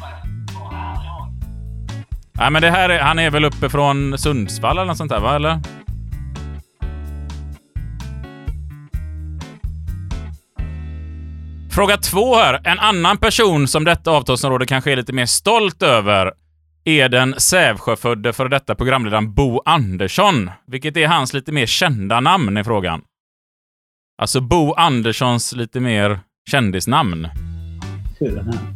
Nej, men det här är, han är väl uppe från Sundsvall eller något sånt där, va? Eller? Fråga två här. En annan person som detta avtalsområde kanske är lite mer stolt över är den Sävsjöfödde för detta programledaren Bo Andersson. Vilket är hans lite mer kända namn i frågan. Alltså Bo Anderssons lite mer kändisnamn. Hur är det här?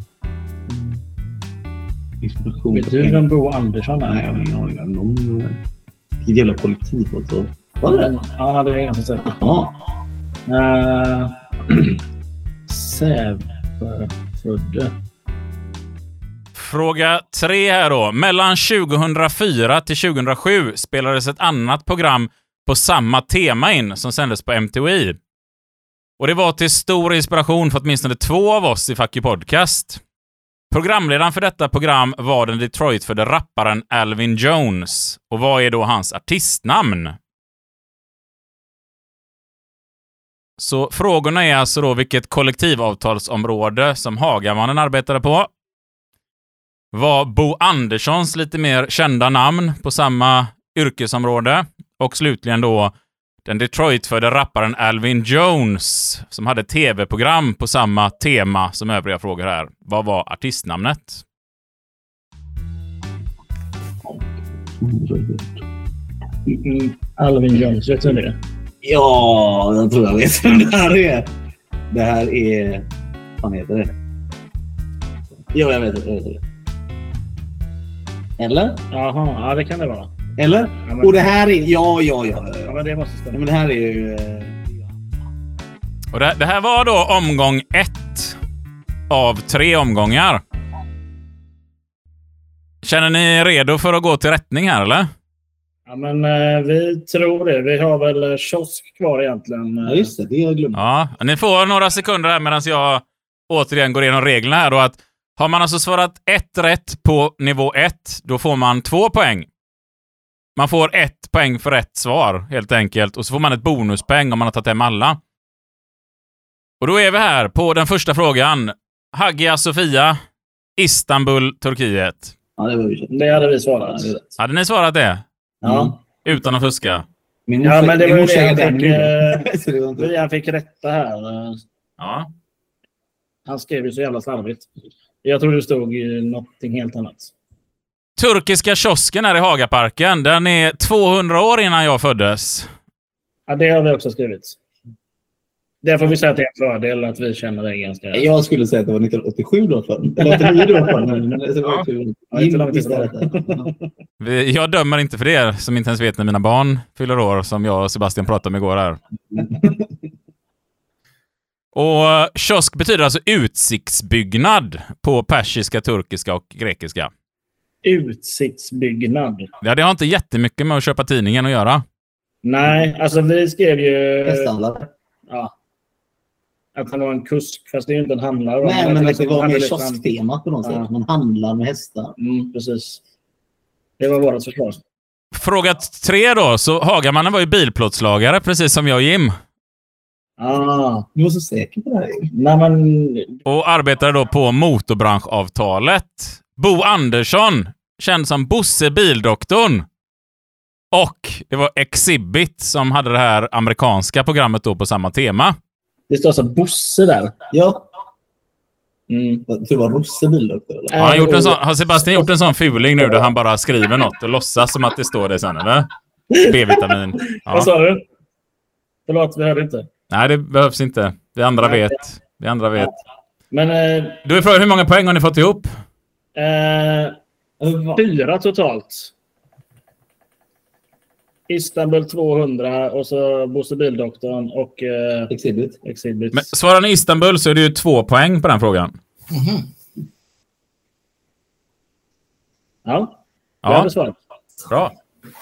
Inspiration. Vet du vem Bo Andersson är? Nej, jag har ingen aning om någon. Vilket jävla kollektiv alltså. Vad är det? Ja, det är ganska säkert. Ja. Uh, Sävsjöfödde. Fråga tre här då. Mellan tjugohundrafyra till tjugohundrasju spelades ett annat program på samma tema in som sändes på M T V I. Och det var till stor inspiration för åtminstone två av oss i Fuck You Podcast. Programledaren för detta program var den Detroit-födde rapparen Alvin Jones. Och vad är då hans artistnamn? Så frågorna är alltså då vilket kollektivavtalsområde som Hagamannen arbetade på. Var Bo Anderssons lite mer kända namn på samma yrkesområde. Och slutligen då den Detroit-födde rapparen Alvin Jones som hade tv-program på samma tema som övriga frågor här. Vad var artistnamnet? Mm, Alvin Jones, vet du det? Ja, jag tror jag vet vem det här är. Det här är... Vad heter det? Ja, jag vet det. Jag vet det. Eller? Jaha, ja det kan det vara. Eller? Ja, men... Och det här är... Ja, ja, ja. Ja, ja. men det måste stämma. Men det här är ju... Och det, det här var då omgång ett. av tre omgångar. Känner ni er redo för att gå till rättning här, eller? Ja, men eh, vi tror det. Vi har väl kiosk kvar egentligen. Ja, just det. Det har jag glömt. Ja, ni får några sekunder här medan jag återigen går igenom reglerna här då. Att har man alltså svarat ett rätt på nivå ett, då får man två poäng. Man får ett poäng för rätt svar, helt enkelt. Och så får man ett bonuspoäng om man har tagit hem alla. Och då är vi här på den första frågan. Hagia Sofia, Istanbul, Turkiet. Ja, det var ju känt. Det hade vi svarat. Ja, det är rätt. Hade ni svarat det? Ja. Utan att fuska? Min Ja, morsa- men det min var ju morsa det är jag den fick, nu. eh, Så det var inte- Vi fick rätta här. Ja. Han skrev ju så jävla slarvigt. Jag tror det stod ju någonting helt annat. Turkiska kiosken här i Hagaparken, den är tvåhundra år innan jag föddes. Ja, det har vi också skrivit. Där får vi säga att det är en fördel att vi känner det ganska... Jag skulle säga att det var nittonhundraåttiosju då för. Eller åttionio då för. Men det var Ja. ju Ja, inte långt visste ifrån. detta. Vi- Jag dömer inte för det, som inte ens vet när mina barn fyller år, som jag och Sebastian pratade om igår här. Och kiosk betyder alltså utsiktsbyggnad på persiska, turkiska och grekiska. Utsiktsbyggnad. Ja, det har inte jättemycket med att köpa tidningen att göra. Nej, alltså vi skrev ju... Hästhandlare. Ja. Att han var en kusk, fast det är ju inte en handlare. Nej, men att det var mer liksom- kiosktema på något sätt. Ja. Man handlar med hästar. Mm, precis. Det var vårt förslag. Fråga tre då, så Hagamannen var ju bilplåtslagare, precis som jag och Jim. Ah. Du var så säker på det här. Nej, men... Och arbetade då på motorbranschavtalet. Bo Andersson, känd som Bosse Bildoktorn. Och det var Exhibit som hade det här amerikanska programmet då på samma tema. Det står alltså Bosse där. Ja, Mm. jag tror det var Rosse Bildoktor. Eller? Har, han gjort en sån, har Sebastian gjort en sån fuling nu där han bara skriver något och låtsas som att det står det sen, eller? B-vitamin. Vad Ja. sa du? Förlåt, vi hörde inte. Nej, det behövs inte. Vi andra vet. Vi andra vet. Men eh, Du är frågan, hur många poäng har ni fått ihop? eh, fyra totalt. Istanbul tvåhundra och så Bosse Bildoktorn och eh, Exhibit. Exhibit. Men svarar ni Istanbul så är det ju två poäng på den frågan. Ja, jag Ja, hade svarat. bra.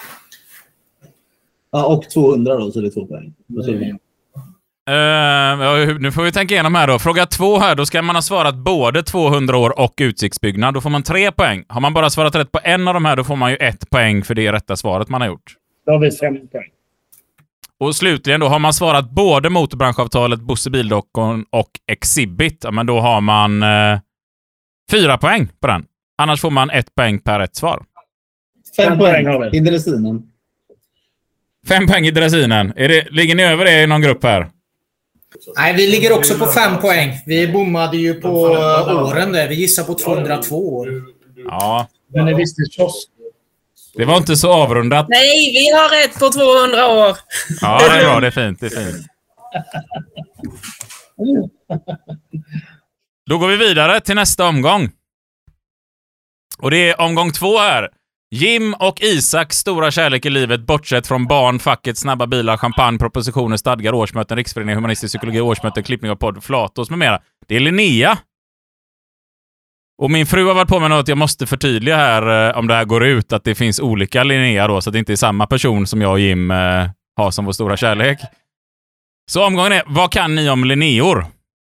Ja, och tvåhundra då, så det är två poäng. Då ser vi. Uh, ja, hur- nu får vi tänka igenom här då. Fråga två här, då ska man ha svarat både tvåhundra år och utsiktsbyggnad. Då får man tre poäng. Har man bara svarat rätt på en av de här, då får man ju ett poäng för det rätta svaret man har gjort. Då har vi fem poäng. Och slutligen då, har man svarat både motorbranschavtalet, Bosse Bildoktorn och Exhibit, ja, men då har man uh, fyra poäng på den. Annars får man ett poäng per rätt svar. Fem Fem poäng poäng har vi. i dressinen. Fem poäng i dressinen. Är det, ligger ni över det i någon grupp här? Nej, vi ligger också på fem poäng. Vi bommade ju på eh, åren där. Vi gissar på tvåhundratvå år. Ja, Men det visste kiosk. det var inte så avrundat. Nej, vi har rätt på tvåhundra år. Ja, det är bra. Det är fint. Det är fint. Då går vi vidare till nästa omgång. Och det är omgång två här. Jim och Isaks stora kärlek i livet, bortsett från barn, facket, snabba bilar, champagne, propositioner, stadgar, årsmöten, riksförening, humanistisk psykologi, årsmöten, klippning av podd, flatos med mera. Det är Linnea. Och min fru har varit på mig något att jag måste förtydliga här, eh, om det här går ut, att det finns olika Linnea då, så att det inte är samma person som jag och Jim eh, har som vår stora kärlek. Så omgången är, vad kan ni om Linneor?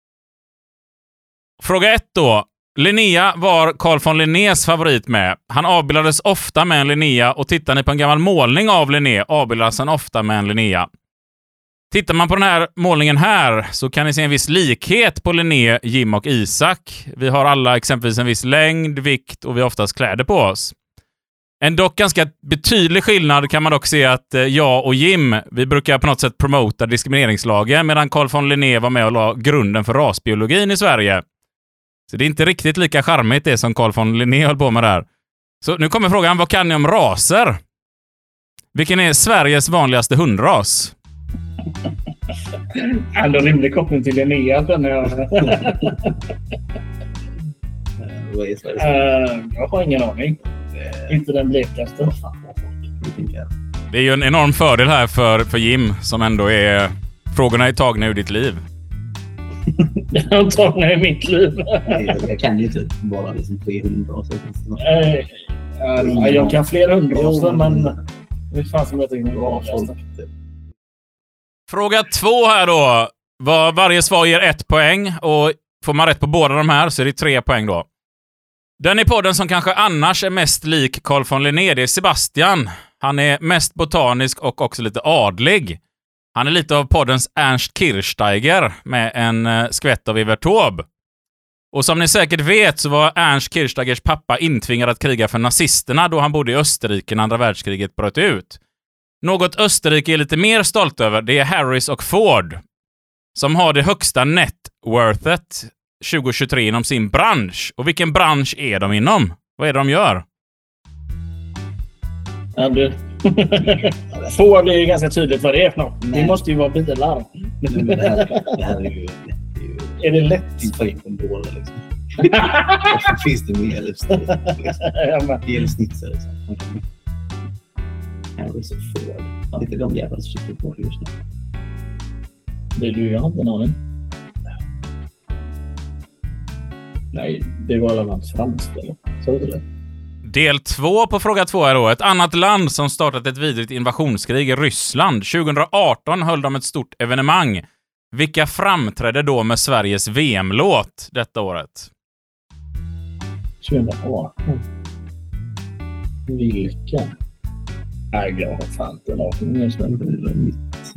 Fråga ett då. Linnea var Carl von Linnés favorit med. Han avbildades ofta med en Linnea, och tittar ni på en gammal målning av Linné avbildas han ofta med en Linnea. Tittar man på den här målningen här så kan ni se en viss likhet på Linné, Jim och Isak. Vi har alla exempelvis en viss längd, vikt och vi har oftast kläder på oss. En dock ganska betydlig skillnad kan man dock se att eh, jag och Jim, vi brukar på något sätt promota diskrimineringslagen, medan Carl von Linné var med och la grunden för rasbiologin i Sverige. Så det är inte riktigt lika charmigt det som Carl von Linné höll på med där. Så nu kommer frågan, vad kan ni om raser? Vilken är Sveriges vanligaste hundras? Ändå rimlig koppling till Linnea. känner jag. Vad är Sveriges? Eh, jag har ingen aning. Inte den blekaste. Det är ju en enorm fördel här för, för Jim, som ändå är... Frågorna är tagna ur ditt liv. Antagligen i mitt liv. jag, jag kan ju typ bara liksom trehundra och så. Nej, ja, jag kan flera hundra också, men det fanns som jag tycker bra. Fråga två här då. Var varje svar ger ett poäng och får man rätt på båda de här så är det tre poäng då. Den i podden som kanske annars är mest lik Carl von Linné, det är Sebastian. Han är mest botanisk och också lite adlig. Han är lite av poddens Ernst Kirchsteiger med en uh, skvätt av Evert Taube. Och som ni säkert vet så var Ernst Kirchsteigers pappa intvingad att kriga för nazisterna då han bodde i Österrike när andra världskriget bröt ut. Något Österrike är lite mer stolt över, det är Harris och Ford, som har det högsta net worthet tjugo tjugotre inom sin bransch. Och vilken bransch är de inom? Vad är det de gör? Ja, du. Ford är ju ganska tydligt vad det är för något. Det måste ju vara bilar. Men det här, det här är ju... Det är, ju, är det lätt? Finns det inte en dålig liksom. Och finns det mer liksom. Det är snitsar liksom. Här är så Ford. Ja, det är de jävla som sitter på just nu. Det är du, jag har inte en aning. Nej, det var alla hans fransk eller? Så är det. Del två på fråga två är då. Ett annat land som startat ett vidrigt invasionskrig är Ryssland. tjugo arton höll de ett stort evenemang. Vilka framträdde då med Sveriges V M-låt detta året? tjugo arton? Vilka? Nej, jag har fan inte en aning.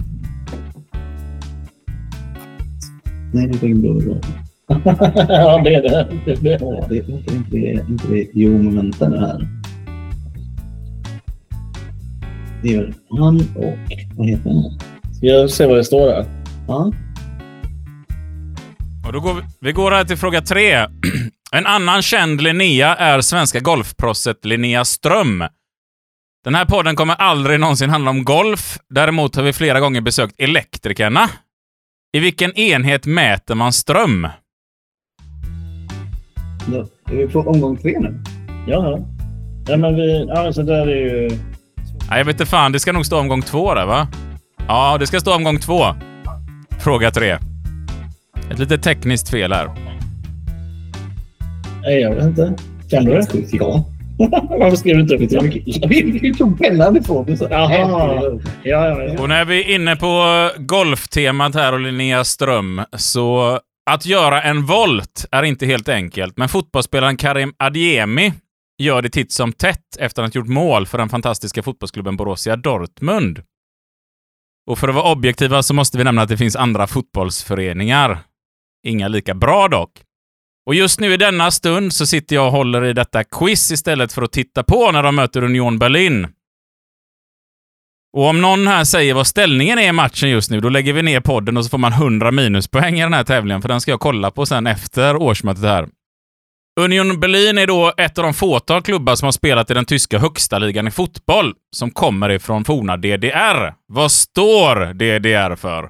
Nej, det är inte bra. Ja, det är det. Det är det. Ja, det är inte det. Inte det. Jo, men vänta nu här. Det är han och... Vad heter han? Ska jag se vad det står där? Ja. Och då går vi, vi går här till fråga tre. En annan känd Linnea är svenska golfproffset Linnea Ström. Den här podden kommer aldrig någonsin handla om golf. Däremot har vi flera gånger besökt elektrikerna. I vilken enhet mäter man ström? Då är vi på omgång tre nu. Ja, ja men vi... Ja, så där är ju... Nej, jag vet inte fan. Det ska nog stå omgång två där, va? Ja, det ska stå omgång två. Fråga tre. Ett lite tekniskt fel här. Nej, jag vet inte. Kan du det? Ja. Varför skrev du inte upp det? Vi tog pennan ifrån det. Jaha. Ja, ja, ja. Och när vi är inne på golftemat här och Linnea Ström, så att göra en volt är inte helt enkelt. Men fotbollsspelaren Karim Adeyemi gör det titt som tätt efter att ha gjort mål för den fantastiska fotbollsklubben Borussia Dortmund. Och för att vara objektiva så måste vi nämna att det finns andra fotbollsföreningar. Inga lika bra dock. Och just nu i denna stund så sitter jag och håller i detta quiz istället för att titta på när de möter Union Berlin. Och om någon här säger vad ställningen är i matchen just nu, då lägger vi ner podden och så får man hundra minuspoäng i den här tävlingen, för den ska jag kolla på sen efter årsmötet här. Union Berlin är då ett av de fåtal klubbar som har spelat i den tyska högsta ligan i fotboll, som kommer ifrån forna D D R. Vad står D D R för?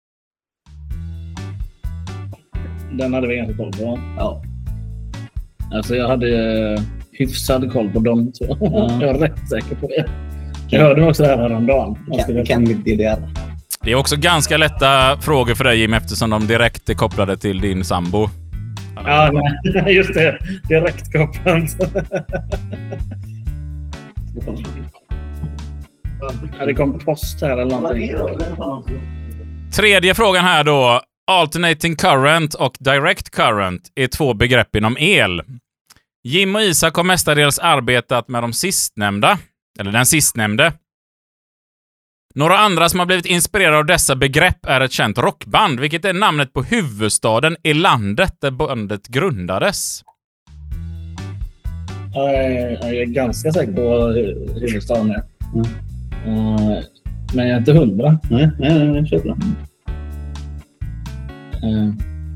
Den hade vi ganska koll på. Ja. Alltså jag hade uh, hyfsad koll på dem två. Ja. Jag är rätt säker på det. Jag hörde också det här häromdagen. Kan, kan vi D D R? Det är också ganska lätta frågor för dig, Jim, eftersom de direkt är kopplade till din sambo. Ja, nej, just det. Direkt kopplat. Ja, det kom post här eller någonting. Tredje frågan här då. Alternating current och direct current är två begrepp inom el. Jim och Isak har mestadels arbetat med de sistnämnda, eller den sistnämnde. Några andra som har blivit inspirerade av dessa begrepp är ett känt rockband, vilket är namnet på huvudstaden i landet där bandet grundades. Jag är ganska säker på huvudstaden är. Mm. Men jag är inte hundra. Nej, nej, nej, nej, köper den. Uh,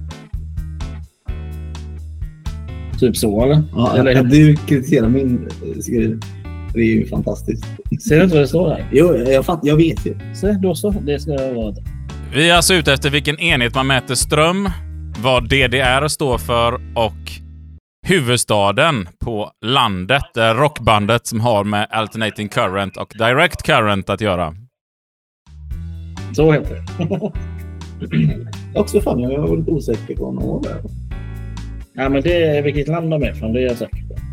typ så, eller? Ja, eller? Du kritiserar min skriv. Det är ju fantastiskt. Ser du inte vad det står här? Jo, jag, fatt, jag vet ju. Se, då så. Det ska vara det. Vi är alltså ute efter vilken enhet man mäter ström, vad D D R står för och huvudstaden på landet, det rockbandet som har med alternating current och direct current att göra. Så heter det. också fan, jag var lite osäker på några år där. Ja, men det är vilket land de är från, det är jag säker på.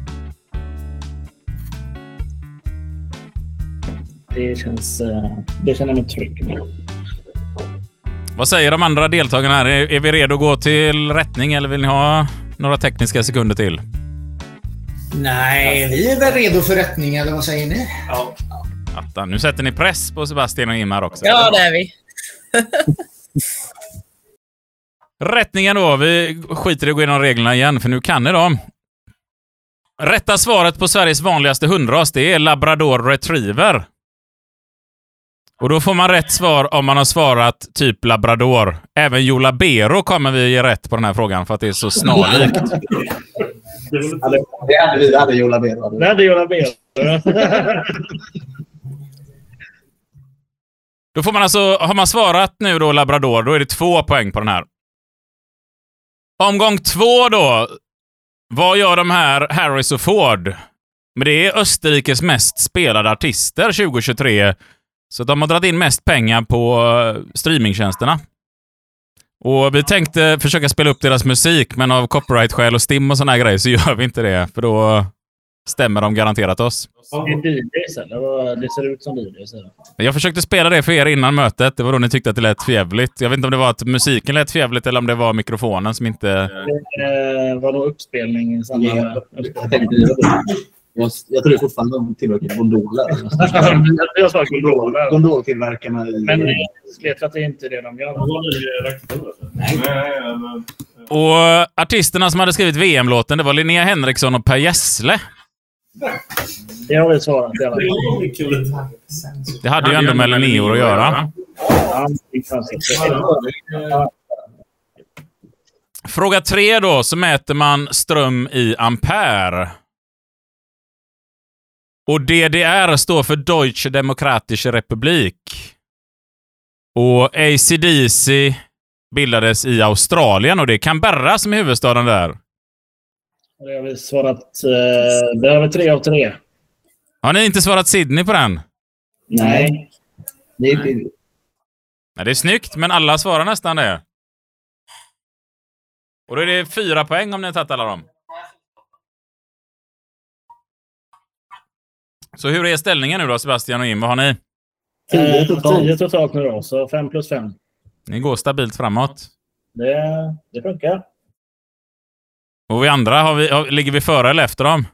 Det känns... Det känner mig trygg med. Vad säger de andra deltagarna här? Är, är vi redo att gå till rättning eller vill ni ha några tekniska sekunder till? Nej, vi är väl redo för rättning, eller vad säger ni? Ja. Atta, nu sätter ni press på Sebastian och Imar också. Ja, det är vi. Rättningen då. Vi skiter i att gå igenom reglerna igen, för nu kan ni dem. Rätta svaret på Sveriges vanligaste hundras, det är labrador retriever. Och då får man rätt svar om man har svarat typ labrador. Även Joe Labero kommer vi ge rätt på den här frågan för att det är så snarlikt. Det hade vi, hade Joe Labero. Det hade Joe Labero. Då får man alltså, har man svarat nu då labrador, då är det två poäng på den här. Omgång två då. Vad gör de här Harris och Ford? Men det är Österrikes mest spelade artister tjugo tjugotre. Så de har dragit in mest pengar på streamingtjänsterna. Och vi tänkte försöka spela upp deras musik, men av copyright-skäl och stim och såna här grejer så gör vi inte det. För då stämmer de garanterat oss. Det är D Js eller? Det ser ut som D Js. Jag försökte spela det för er innan mötet. Det var då ni tyckte att det lät fjävligt. Jag vet inte om det var att musiken lät fjävligt eller om det var mikrofonen som inte... Det var nog uppspelning i samband med... Jag tänkte jag, jag tror fortfarande de tillverkar gondoler. Jag sa gondoler. Gondoltillverkarna i... Men jag vet att det är inte det de gör. Nej. Och artisterna som hade skrivit V M-låten, det var Linnea Henriksson och Per Gessle. Det har vi svarat i alla fall. Det hade ju ändå med Linneor att göra. Fråga tre då, så mäter man ström i ampere. Och D D R står för Deutsche Demokratische Republik. Och A C D C bildades i Australien och det är Canberra som är huvudstaden där. Det har vi svarat... Eh, det har vi tre av tre. Har ni inte svarat Sydney på den? Nej. Det är, Nej. Nej, det är snyggt, men alla svarar nästan det. Och då är det fyra poäng om ni har tagit alla dem. Så hur är ställningen nu då, Sebastian och Im? Vad har ni? Tio totalt. Tio totalt nu då, så fem plus fem. Ni går stabilt framåt. Det, det funkar. Och vi andra, har vi, har, ligger vi före eller efter dem?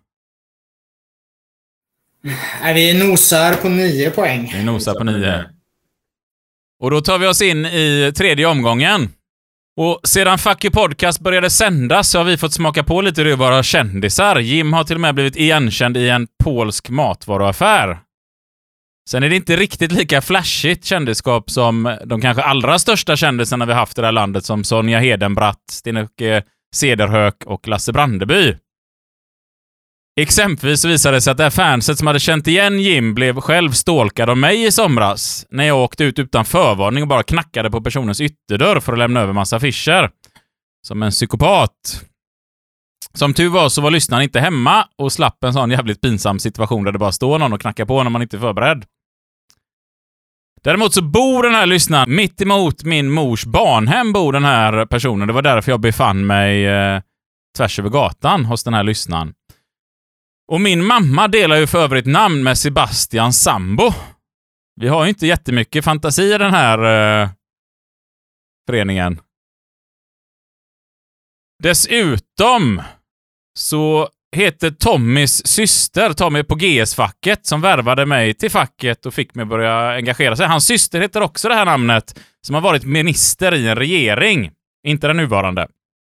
Nej, vi nosar på nio poäng. Vi nosar på nio. Och då tar vi oss in i tredje omgången. Och sedan Fuck You Podcast började sändas så har vi fått smaka på lite hur våra kändisar. Jim har till och med blivit igenkänd i en polsk matvaruaffär. Sen är det inte riktigt lika flashigt kändisskap som de kanske allra största kändisarna vi haft i det här landet, som Sonja Hedenbratt, Sten-Åke Cederhök och Lasse Brandeby. Exempelvis visade det sig att det här fanset som hade känt igen Jim blev själv stalkad av mig i somras när jag åkte ut utan förvarning och bara knackade på personens ytterdörr för att lämna över massa affischer. Som en psykopat. Som tur var så var lyssnaren inte hemma och slapp en sån jävligt pinsam situation där det bara står någon och knackar på när man inte är förberedd. Däremot så bor den här lyssnaren mitt emot min mors barnhem, bor den här personen. Det var därför jag befann mig eh, tvärs över gatan hos den här lyssnaren. Och min mamma delar ju för övrigt namn med Sebastian Sambo. Vi har ju inte jättemycket fantasi i den här eh, föreningen. Dessutom så heter Tommys syster, Tommy på G S-facket, som värvade mig till facket och fick mig börja engagera sig. Hans syster heter också det här namnet, som har varit minister i en regering. Inte den nuvarande.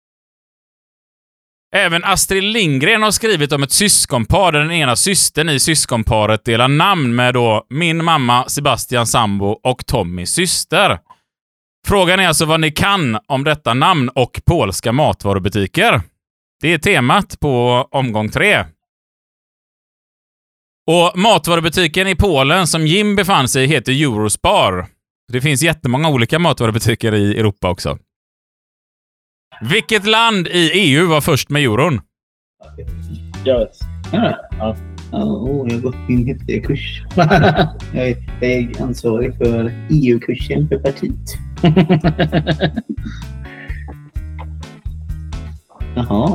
Även Astrid Lindgren har skrivit om ett syskonpar där den ena systern i syskonparet delar namn med då min mamma Sebastian Sambo och Tommys syster. Frågan är alltså vad ni kan om detta namn och polska matvarubutiker. Det är temat på omgång tre. Och matvarubutiken i Polen som Jim befann sig i heter Eurospar. Det finns jättemånga olika matvarubutiker i Europa också. Vilket land i E U var först med euron? Jag vet. Ja. Ja. Oh, jag har gått min häftiga kurs. jag, är, jag är ansvarig för E U-kursen för partiet. Jaha.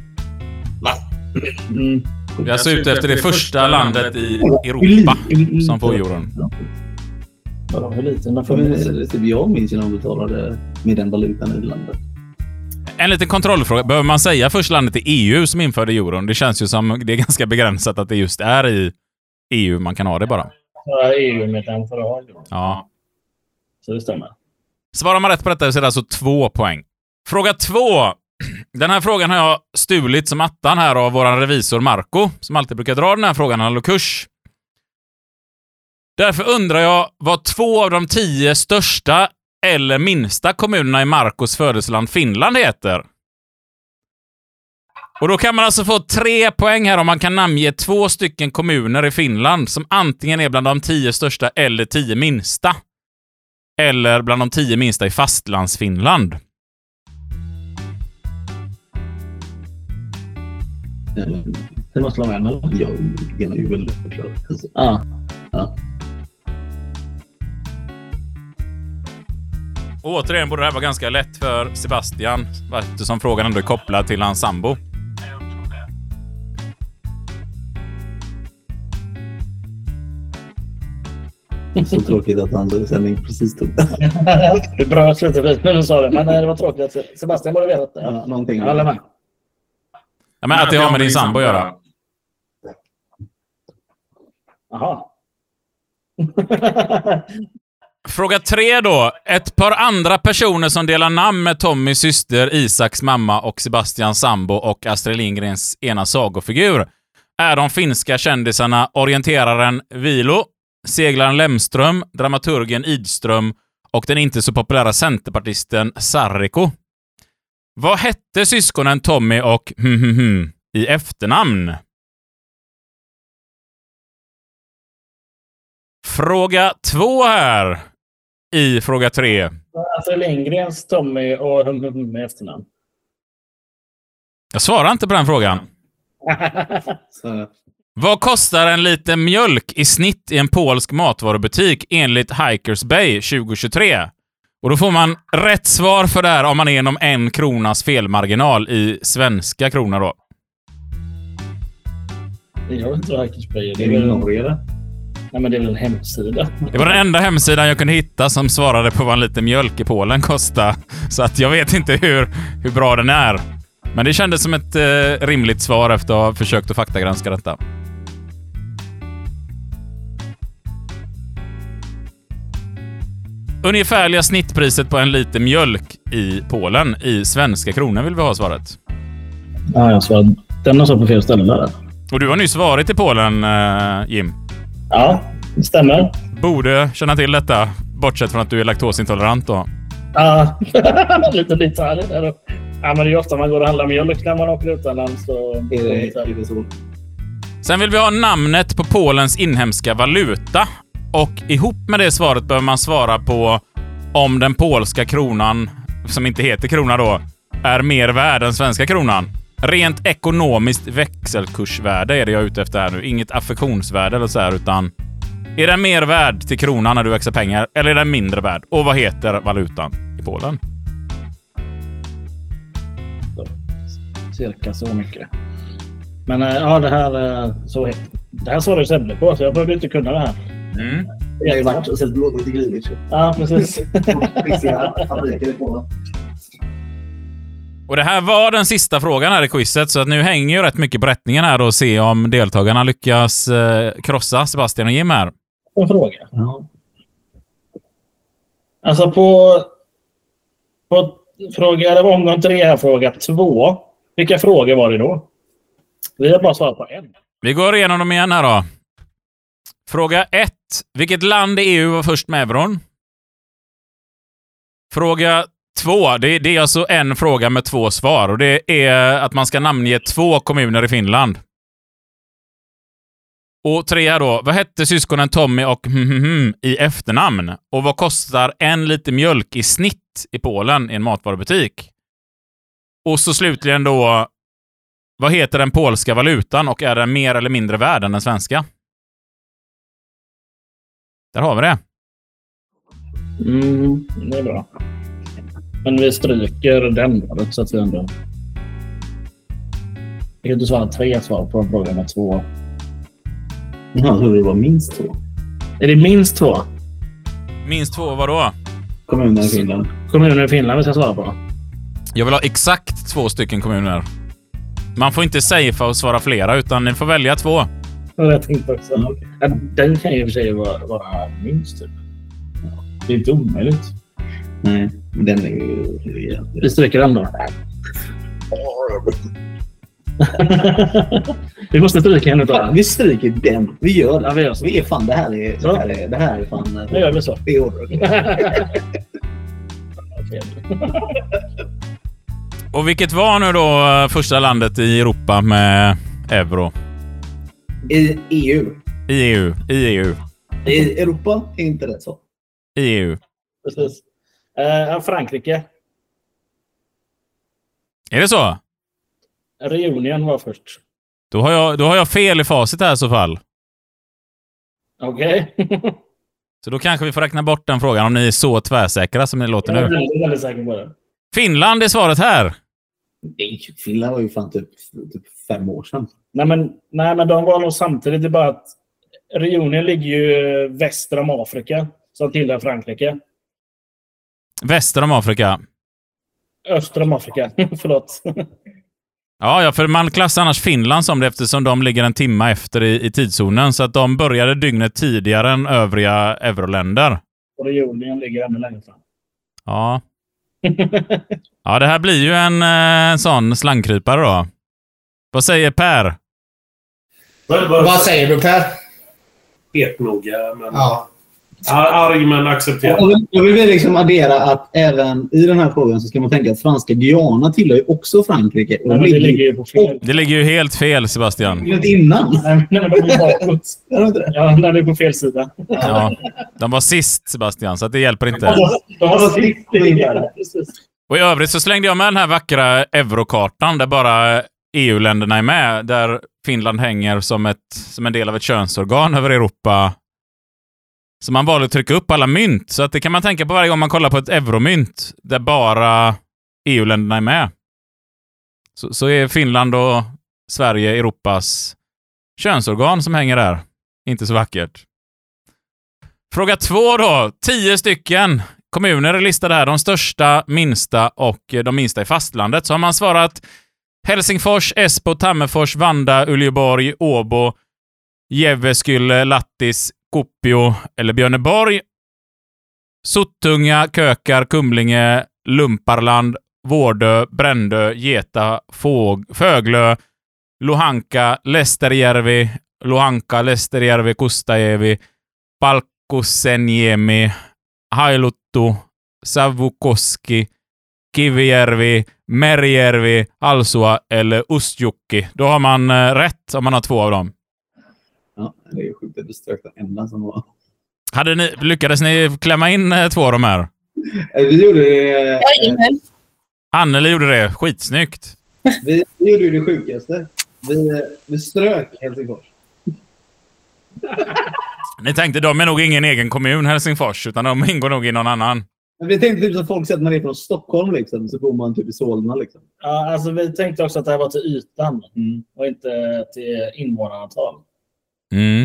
Mm. Vi är alltså ute efter det första landet i Europa som får euron. Ja, hur liten den får Men, jag minns ju när de betalade med den valutan i landet. En liten kontrollfråga. Behöver man säga första landet i E U som införde euron? Det känns ju som det är ganska begränsat att det just är i E U man kan ha det bara. Ja, E U-medlem för att ha euron. Ja. Så det stämmer. Svarar man rätt på detta så är det alltså två poäng. Fråga två. Den här frågan har jag stulit som attan här av våran revisor Marco, som alltid brukar dra den här frågan när han håller kurs. Därför undrar jag vad två av de tio största eller minsta kommunerna i Marcos födelseland Finland heter. Och då kan man alltså få tre poäng här om man kan namnge två stycken kommuner i Finland som antingen är bland de tio största eller tio minsta. Eller bland de tio minsta i fastlandsfinland. Det måste vara med. Jag är ju väldigt förklart. Ja. Ja. Och återigen borde det här vara ganska lätt för Sebastian eftersom frågan ändå är kopplad till hans sambo. Så tråkigt att hans sändning precis tog det. Det bröt lite vid när du sa det, men det var tråkigt att Sebastian borde veta det. Ja, någonting. Jag håller med. Ja, men att det har med din sambo att göra. Jaha. Fråga tre då. Ett par andra personer som delar namn med Tommys syster, Isaks mamma och Sebastians sambo och Astrid Lindgrens ena sagofigur är de finska kändisarna orienteraren Vilo, seglaren Lemström, dramaturgen Idström och den inte så populära centerpartisten Sarriko. Vad hette syskonen Tommy och hm, hm, hm, i efternamn? Fråga två här i fråga tre. Alltså Lindgrens Tommy och hum, hum, hum, i efternamn. Jag svarar inte på den frågan. Så. Vad kostar en liter mjölk i snitt i en polsk matvarubutik enligt Hikers Bay tjugohundratjugotre? Och då får man rätt svar för det här om man är inom en kronas felmarginal i svenska kronor då. Jag vet inte vad Hikers Bay är. Det är väl Norge det? Nej, men det är väl en hemsida. Det var den enda hemsidan jag kunde hitta som svarade på vad en liter mjölk i Polen kostar. Så att jag vet inte hur, hur bra den är. Men det kändes som ett eh, rimligt svar efter att ha försökt att faktagranska detta. Ungefärliga snittpriset på en liter mjölk i Polen i svenska kronor vill vi ha svaret. Ja, jag svarade. Den har så på fel ställe där. Och du har nyss varit i Polen, eh, Jim. Ja, det stämmer. Borde känna till detta, bortsett från att du är laktosintolerant då. Ja, lite detaljer där då. Ja, men det är ju ofta man går och handlar mjölk när man åker utomlands. Så Är det, är det så? Sen vill vi ha namnet på Polens inhemska valuta. Och ihop med det svaret behöver man svara på om den polska kronan, som inte heter krona då, är mer värd än svenska kronan. Rent ekonomiskt växelkursvärde är det jag är ute efter här nu. Inget affektionsvärde eller så här, utan är den mer värd till kronan när du växer pengar eller är den mindre värd? Och vad heter valutan i Polen? Cirka så mycket. Men ja, det här så det här svarade Sebbe på, så jag behöver inte kunna det här. Mm. Det är ju varit och sett blått lite glidligt. Ja, precis. Och det här var den sista frågan här i quizet, så att nu hänger ju rätt mycket berättningen här och se om deltagarna lyckas eh, krossa Sebastian och Jim här. En fråga. Ja. Alltså på, på fråga, eller omgång tre här, fråga två. Vilka frågor var det då? Vi har bara svarat på en. Vi går igenom dem igen här då. Fråga ett. Vilket land i E U var först med euron? Fråga två. Det, det är alltså en fråga med två svar. Och det är att man ska namnge två kommuner i Finland. Och tre här då. Vad hette syskonen Tommy och hm, hm, hm i efternamn? Och vad kostar en liter mjölk i snitt i Polen i en matvarubutik? Och så slutligen då. Vad heter den polska valutan och är den mer eller mindre värd än den svenska? Där har vi det. Mm, det är bra. Men vi stryker den så att vi ändå... Jag kan inte svara tre svar på en fråga med två. Jag tror det var minst två. Är det minst två? Minst två, vadå? Kommuner i Finland. Kommuner i Finland vi ska svara på. Jag vill ha exakt två stycken kommuner. Man får inte säga för att svara flera, utan ni får välja två. Jag tänkte också. Mm. Ja, den kan ju i och för sig vara, vara minst typ. Ja, det är inte omöjligt. Nej, men den är ju... Vi stryker den då. Vi måste stryka en utav. Vi stryker den. Vi gör det. Ja, vi, gör så. Vi är fan, det här är, det här är, det här är fan... Nu gör vi så. Det är order. Och vilket var nu då första landet i Europa med euro? I E U. I E U. I E U. I Europa är inte rätt så. I E U. Precis. Uh, Frankrike. Är det så? Reunion var först. Då har jag, då har jag fel i facit här i så fall. Okej. Okay. Så då kanske vi får räkna bort den frågan om ni är så tvärsäkra som ni låter nu. Jag är väldigt säker på det. Finland är svaret här. Nej, Finland var ju fan typ, typ fem år sedan. Nej men, nej, men de var nog samtidigt. Det är bara att Reunion ligger ju väster om Afrika som tillhör Frankrike. Väster om Afrika. Öster om Afrika, förlåt. Ja, ja, för man klassar annars Finland som det eftersom de ligger en timme efter i, i tidszonen. Så att de började dygnet tidigare än övriga euroländer. Och Reunion ligger ännu längre fram. Ja. Ja, det här blir ju en, en sån slangkrypare då. Vad säger Per? Vad säger du, Per? Helt noga, men... Ja. Arg, men accepterar. Jag vill liksom addera att även i den här frågan så ska man tänka att franska Guyana tillhör ju också Frankrike. Och Nej, ligger, det ligger ju på fel. Det ligger ju helt fel, Sebastian. Inte innan. Nej, men de är bakåt. Ja, när det är på fel sida. Ja, de var sist, Sebastian, så att det hjälper inte. De var sist. Och i övrigt så slängde jag med den här vackra eurokartan där bara E U-länderna är med. Där Finland hänger som, ett, som en del av ett könsorgan över Europa. Så man valde att trycka upp alla mynt. Så att det kan man tänka på varje gång man kollar på ett euromynt där bara E U-länderna är med. Så, så är Finland och Sverige Europas könsorgan som hänger där. Inte så vackert. Fråga två då. Tio stycken kommuner är listade här. De största, minsta och de minsta i fastlandet. Så har man svarat Helsingfors, Esbo, Tammerfors, Vanda, Uljeborg, Åbo, Jyväskylä, Lattis, Kuopio eller Björneborg, Sottunga, Kökar, Kumlinge, Lumparland, Vårdö, Brändö, Geta, Fåg, Föglö, Luhanka, Lesterjärvi, Luhanka, Lesterjärvi, Kustajevi, Palkkusenniemi, Hailuttu, Savukoski, Kivijärvi, Merijärvi, Alsua eller Ustjukki. Då har man eh, rätt om man har två av dem. Ja, det är ju sjukt att du strök den enda som var. Hade ni, lyckades ni klämma in eh, två av dem här? Vi gjorde det... Jajamän. Anneli gjorde det. Skitsnyggt. Vi, vi gjorde det sjukaste. Vi, vi strök Helsingfors. Ni tänkte, de är nog ingen egen kommun, Helsingfors, utan de ingår nog i någon annan. Men vi tänkte typ att folk säger att man är från Stockholm liksom, så får man typ i Solna liksom. Ja, alltså vi tänkte också att det här var till ytan Mm. och inte till invånarantal. Mm.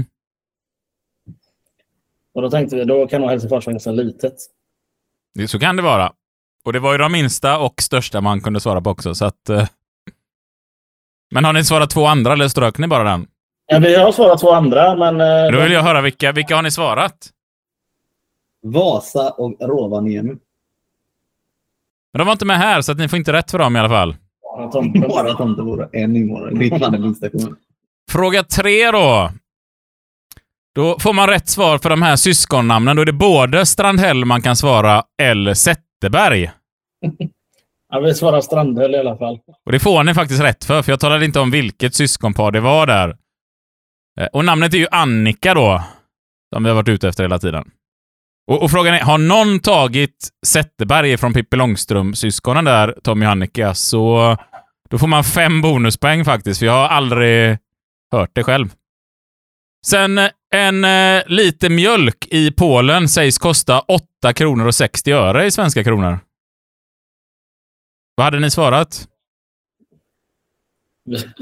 Och då tänkte vi, då kan nog Helsingfors vara ganska litet. Det, så kan det vara. Och det var ju de minsta och största man kunde svara på också, så att... Eh... Men har ni svarat två andra eller strök ni bara den? Ja, vi har svarat två andra, men... Eh, Då vill jag höra vilka, vilka har ni svarat? Vasa och Rovaniemi. Men de var inte med här, så att ni får inte rätt för dem i alla fall. Ja, tomten. Bara Tomtebora, en invånare. Det är fan den minsta kommun. Fråga tre då. Då får man rätt svar för de här syskonnamnen. Då är det både Strandhäll man kan svara eller Zetterberg. Ja, vi svarar Strandhäll i alla fall. Och det får ni faktiskt rätt för, för jag talade inte om vilket syskonpar det var där. Och namnet är ju Annika då, som vi har varit ute efter hela tiden. Och, och frågan är, har någon tagit Zetterberg från Pippi Långström-syskonen där, Tommy och Annika, så då får man fem bonuspoäng faktiskt, för jag har aldrig hört det själv. Sen en eh, lite mjölk i Polen sägs kosta åtta kronor och sextio öre i svenska kronor. Vad hade ni svarat?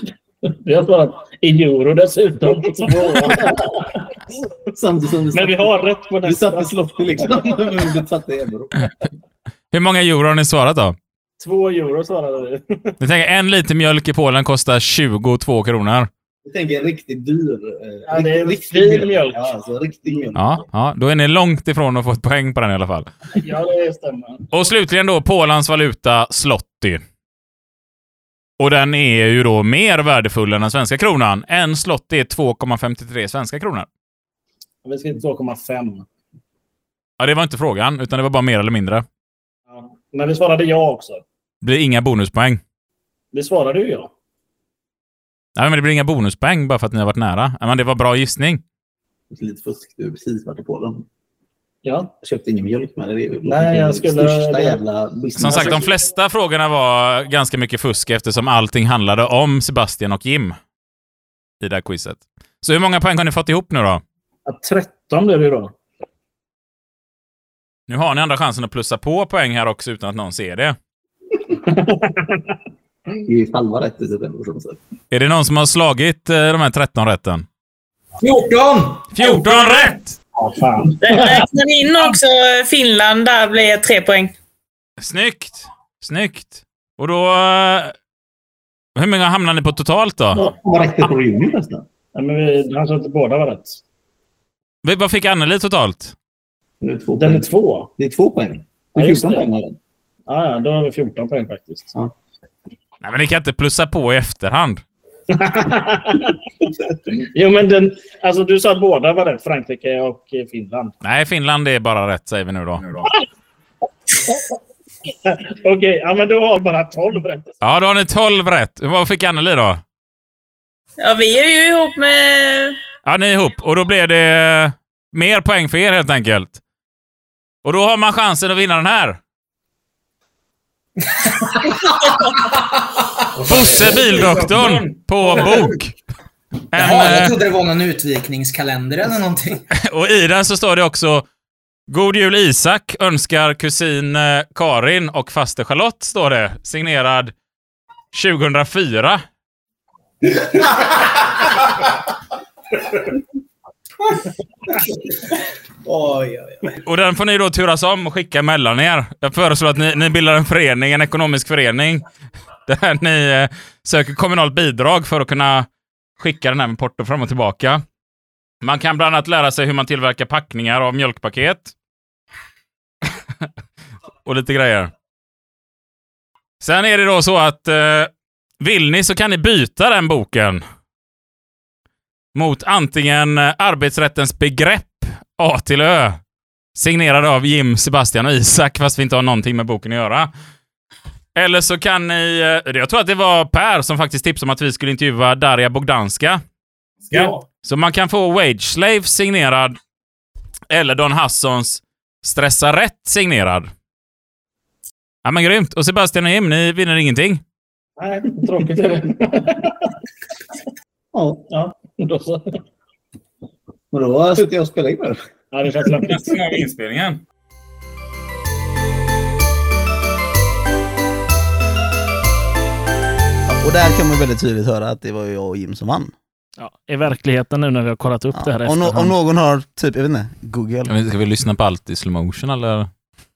Vi har svarat i euro dessutom på två. Samtidigt som Men vi har rätt på Du nästa. satte slottet liksom. Du satte euro. Hur många euro har ni svarat då? Två euro svarade vi. Jag tänker en liter mjölk i Polen kostar tjugotvå kronor. Jag tänker en riktigt dyr. Eh, Ja, det är riktigt, fin riktig mjölk. Ja, alltså riktig mjölk. Ja, ja, då är ni långt ifrån att få ett poäng på den i alla fall. Ja, det stämmer. Och slutligen då Polens valuta zloty. Och den är ju då mer värdefull än den svenska kronan. En zloty är två komma femtiotre svenska kronor. Vi ska till två komma fem. Ja, det var inte frågan, utan det var bara mer eller mindre. Ja. Men vi svarade ja också. Det blir inga bonuspoäng. Vi svarade ju ja. Nej, men det blir inga bonuspoäng bara för att ni har varit nära. Men det var bra gissning. Lite fusk. Du har precis varit i Polen. Ja. Jag köpte ingen mjölk med det. Det är Nej, jag skulle- största jävla business. Som sagt, de flesta frågorna var ganska mycket fusk eftersom allting handlade om Sebastian och Jim i det här quizet. Så hur många poäng har ni fått ihop nu då? Ja, tretton blev det då. Nu har ni andra chansen att plussa på poäng här också utan att någon ser det. Det är ju halva rätt i den. Är det någon som har slagit eh, de här tretton rätten? fjorton! fjorton rätt! Ja, fan. Räknar ni in också Finland, där blir tre poäng. Snyggt! Snyggt! Och då... eh, hur många hamnar ni på totalt då? Vad räckte på reunion nästan? Ja, men vi, han sa att båda var rätt. V- Vad fick Anneli totalt? Det är två Den är poäng. två. Det är två poäng. Det Ja, är just fjorton det. poäng. Eller? Ja, ja, då har vi fjorton poäng faktiskt. Ja. Nej, men ni kan inte plussa på i efterhand. Jo, men den, alltså, du sa att båda var rätt. Frankrike och Finland. Nej, Finland är bara rätt, säger vi nu då. Okej, ja, men då har vi bara tolv rätt. Ja, då har ni tolv rätt. Vad fick Anneli då? Ja, vi är ju ihop med... Ja, ni är ihop. Och då blir det mer poäng för er helt enkelt. Och då har man chansen att vinna den här. Bosse Bildoktorn på bok. En, Jaha, jag eh, trodde det var någon utvikningskalender eller någonting. och i den så står det också God jul Isak önskar kusin eh, Karin och faster Charlotte, står det. Signerad tjugohundrafyra. Oj, oj, oj. Och den får ni då turas om och skicka mellan er. Jag föreslår att ni, ni bildar en förening, en ekonomisk förening, där ni eh, söker kommunalt bidrag för att kunna skicka den här med porto fram och tillbaka. Man kan bland annat lära sig hur man tillverkar packningar av mjölkpaket. Och lite grejer. Sen är det då så att eh, vill ni så kan ni byta den boken mot antingen eh, arbetsrättens begrepp A till Ö, signerad av Jim, Sebastian och Isak, fast vi inte har någonting med boken att göra. Eller så kan ni... eh, Jag tror att det var Per som faktiskt tipsade om att vi skulle intervjua Darja Bogdanska. Ja. Så man kan få Wage Slave signerad eller Don Hassons Stressa rätt signerad. Ja, men grymt. Och Sebastian och Jim, ni vinner ingenting. Nej, tråkigt är det. Ja. Ja, då så. Och då slutar jag att spela in med det. Ja, det känns lämpligt. Sen har vi inspelningen. Och där kan man väldigt tydligt höra att det var jag och Jim som vann. Ja, i verkligheten nu när vi har kollat upp det här Ja, om, no- efterhand. om någon har typ, jag vet inte, Google. Ja, men ska vi lyssna på allt i slow motion eller?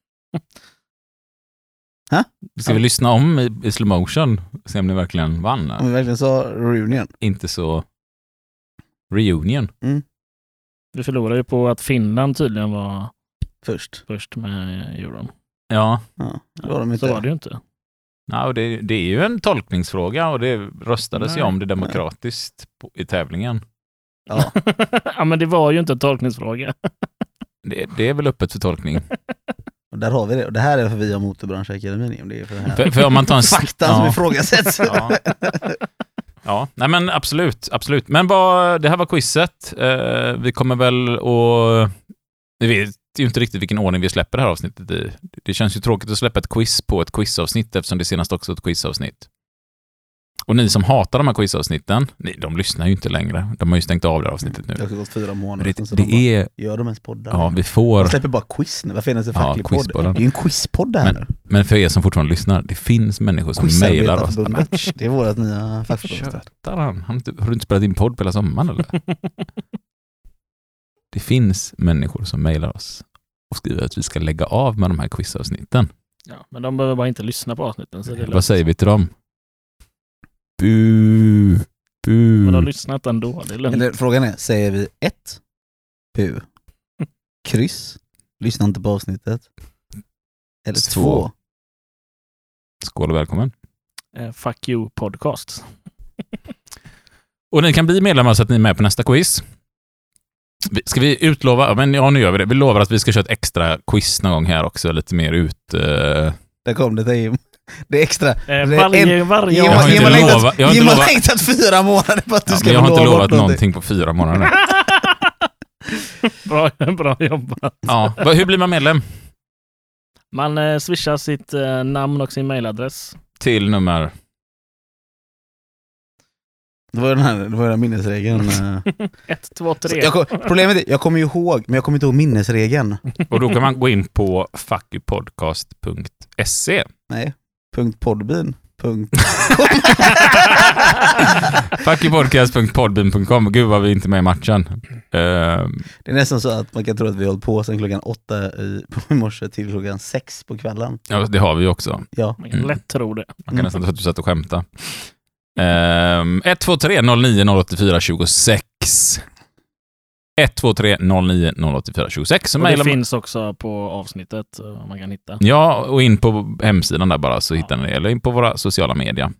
Hä? Ska vi lyssna om i, i slow motion? Se om ni verkligen vann? Om vi verkligen sa reunion. Inte så reunion. Vi förlorade ju på att Finland tydligen var Först. först med euron. Ja, Ja, det var de inte. Så var det ju inte. ja och det, det är ju en tolkningsfråga och det röstades ju Nej. om det demokratiskt på, i tävlingen. Ja. Ja, men det var ju inte en tolkningsfråga. Det, det är väl öppet för tolkning. Och där har vi det. Och det här är för vi har Motorbranschakademin. Det är för det här. För, för om man tar en... Fakta som ifrågasätts. Ja. Ja, nej men absolut, absolut. Men vad, det här var quizet. Eh, vi kommer väl att... Vi vet ju inte riktigt vilken ordning vi släpper det här avsnittet i. Det känns ju tråkigt att släppa ett quiz på ett quizavsnitt eftersom det senast också är ett quizavsnitt. Och ni som hatar de här quizavsnitten, nej, de lyssnar ju inte längre. De har ju stängt av det här avsnittet nu. Det har gått fyra månader. Det, så det de är... bara, gör de ens poddar? Ja, vi får... De släpper bara quiz nu. Varför är det en facklig Ja, podd? Det är ju en quizpodd det här nu. Men, men för er som fortfarande lyssnar, det finns människor som mejlar oss. Det är vårt nya fackförbund. Tjötar han? Har, inte, har du inte spelat in podd på hela sommaren eller? Det finns människor som mejlar oss och skriver att vi ska lägga av med de här quizavsnitten. Ja, men de behöver bara inte lyssna på avsnitten. Så det är Vad säger vi till dem? Bu, bu. Men de har lyssnat ändå. Det är lugnt. Eller frågan är, säger vi ett? Bu. Kryss. Lyssna inte på avsnittet. Eller två. två. Skål och välkommen. Uh, fuck you podcast. Och ni kan bli medlemmar så att ni är med på nästa quiz. Ska vi utlova, men ja, nu gör vi det. Vi lovar att vi ska köra ett extra quiz någon gång här också, lite mer ut... Uh... Där kom det till det är extra. Eh, varje, varje jag har inte lovat, jag har inte lovat, lovat längtat fyra månader på att du ja, ska jag har inte lovat någonting. någonting på fyra månader. bra, bra jobbat. Ja, hur blir man medlem? Man eh, swishar sitt eh, namn och sin mailadress. Till nummer... Det var den här, det var den här minnesregeln. ett, två, tre. Jag kom, problemet är, jag kommer ju ihåg, men jag kommer inte ihåg minnesregeln. Och då kan man gå in på fuckupodcast punkt se. Nej, punkt podbean. fuckupodcast punkt podbean punkt com. Gud vad vi inte är med i matchen. Uh... Det är nästan så att man kan tro att vi har hållit på sedan klockan åtta i, på morse till klockan sex på kvällen. Ja, det har vi ju också. Ja. Man kan lätt tro det. Man kan nästan tro att du satt och skämta. Um, ett två tre noll nio noll åtta fyra två sex ett två tre noll nio noll åtta fyra två sex. Och det man... finns också på avsnittet man kan hitta. Ja, och in på hemsidan där bara så ja. Hittar ni det. Eller in på våra sociala medier.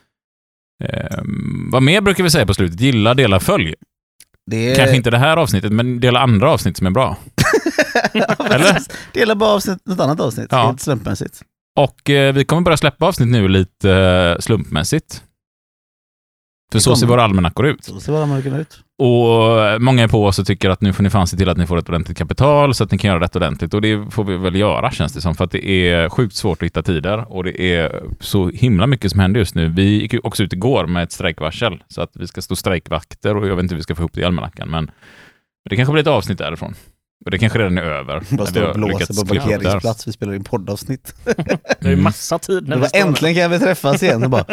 Um, vad mer brukar vi säga på slutet? Gilla, dela, följ. Det är... Kanske inte det här avsnittet, men dela andra avsnitt som är bra. Ja, eller? Dela bara avsnitt, något annat avsnitt. Ja. Helt slumpmässigt. Och eh, vi kommer börja släppa avsnitt nu lite eh, slumpmässigt. För så ser våra almanackor ut. Så ser våra almanackor ut. Och många är på oss och tycker att nu får ni fan se till att ni får ett ordentligt kapital så att ni kan göra rätt ordentligt. Och det får vi väl göra, känns det som. För att det är sjukt svårt att hitta tider. Och det är så himla mycket som händer just nu. Vi gick också ut igår med ett strejkvarsel. Så att vi ska stå strejkvakter och jag vet inte hur vi ska få ihop det i almanackan. Men det kanske blir ett avsnitt därifrån. Och det kanske redan är över. Bara står och blåser på parkeringsplats. Vi spelar in poddavsnitt. Det är ju massa tid. När det var äntligen kan vi träffas igen. Och bara...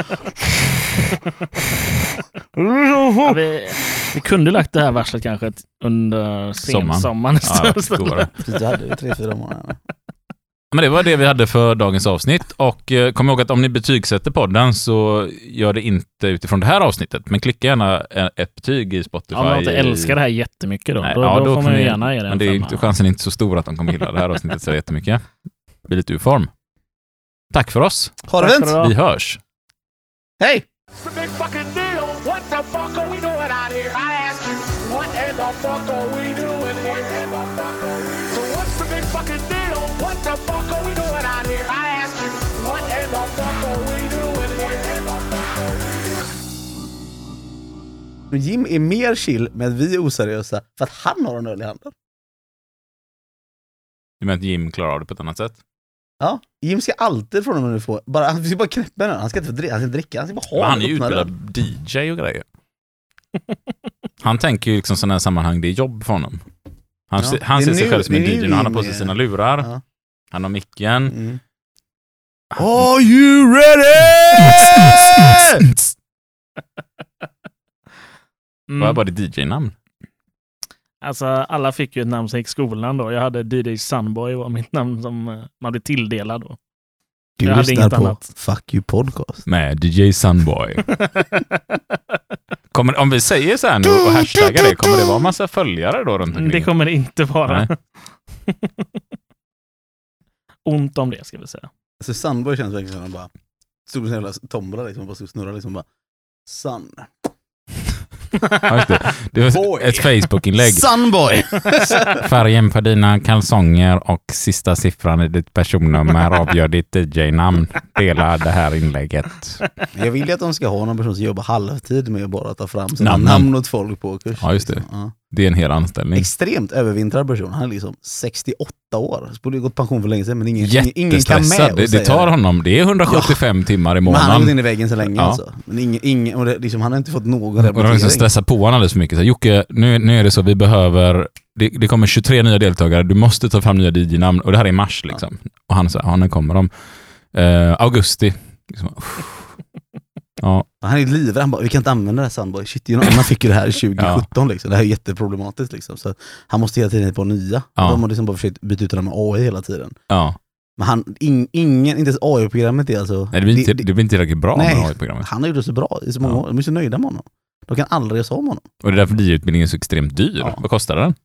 ja, vi, vi kunde lagt det här varslet kanske under sensommaren. Ja, du hade ju tre, fyra månader. Men det var det vi hade för dagens avsnitt. Och eh, kom ihåg att om ni betygsätter podden så gör det inte utifrån det här avsnittet. Men klicka gärna ett betyg i Spotify. Ja, om man inte älskar det här jättemycket då. Nej, då, ja, då, då får man ju ni, gärna ge det. Men det är inte, chansen är inte så stor att de kommer gilla det här avsnittet så jättemycket. Blir lite ur form. Tack för oss. Ha det fint. Vi hörs. Hej! Jim är mer chill med att vi är oseriösa för att han har en öl i handen. Du menar att Jim klarar av det på ett annat sätt? Ja, Jim ska alltid från honom nu få bara, han ska bara knäppa den. Han ska inte få dricka, han ska dricka, han ska bara ha. Men han är ju utbildad D J och grejer. Han tänker ju liksom sådana här sammanhang, det är jobb för honom. Han, ja, han ser sig själv som en D J. Han har på sig sina lurar. Ja. Han har micken. Mm. Are you ready? Mm. Vad var det D J-namn? Alltså alla fick ju ett namn som gick skolan då. Jag hade D J Sunboy var mitt namn som man blev tilldelad då. Du jag hade inget på annat. Fuck you podcast. Med D J Sunboy. Kommer, om vi säger så här nu och hashtaggar det, kommer det vara massa följare då runt omkring? Det kommer det inte vara. Ont om det ska vi säga. Så Sunboy känns verkligen som att bara stod en jävla tombola liksom, bara stod snurra liksom bara Sun. Ja, det. det var Boy. Ett Facebook-inlägg. Sunboy! Färgen på dina kalsonger och sista siffran i ditt personnummer avgör ditt D J-namn. Dela det här inlägget. Jag vill ju att de ska ha någon person som jobbar halvtid med att bara ta fram sina namn åt folk på kurs. Ja, just det. Ja. Det är en hel anställning. Extremt övervintrad person. Han är liksom sextioåtta år. Så borde ju gått pension för länge sedan, men ingen, ingen, ingen kan med. Det, det tar honom, det är hundrasjuttiofem ja. timmar i månaden. Men han har gått in i väggen så länge ja. alltså. Men ingen, ingen, och det, liksom, han har inte fått någon rapportering. Och de liksom stressar på honom alldeles för mycket. Så, Jocke, nu, nu är det så, vi behöver, det, det kommer tjugotre nya deltagare, du måste ta fram nya D J-namn. Och det här är i mars liksom. Ja. Och han säger, ja, när kommer de? Uh, augusti. Liksom, ja. Han är livrädd, han bara, vi kan inte använda det här Sunboy. Shit, you know, man fick ju det här tjugosjutton ja. liksom. Det här är jätteproblematiskt liksom. Så han måste hela tiden på nya. Ja. De har liksom bara försökt byta ut det med A I hela tiden. Ja. Men han, in, ingen, inte ens A I-programmet är alltså... Nej, det blir inte, det, det blir inte tillräckligt bra nej, med A I-programmet. Han har gjort det så bra i så många ja. år. De är så nöjda med honom. De kan aldrig säga om honom. Och det är därför D J-utbildningen är så extremt dyr. Ja. Vad kostar den?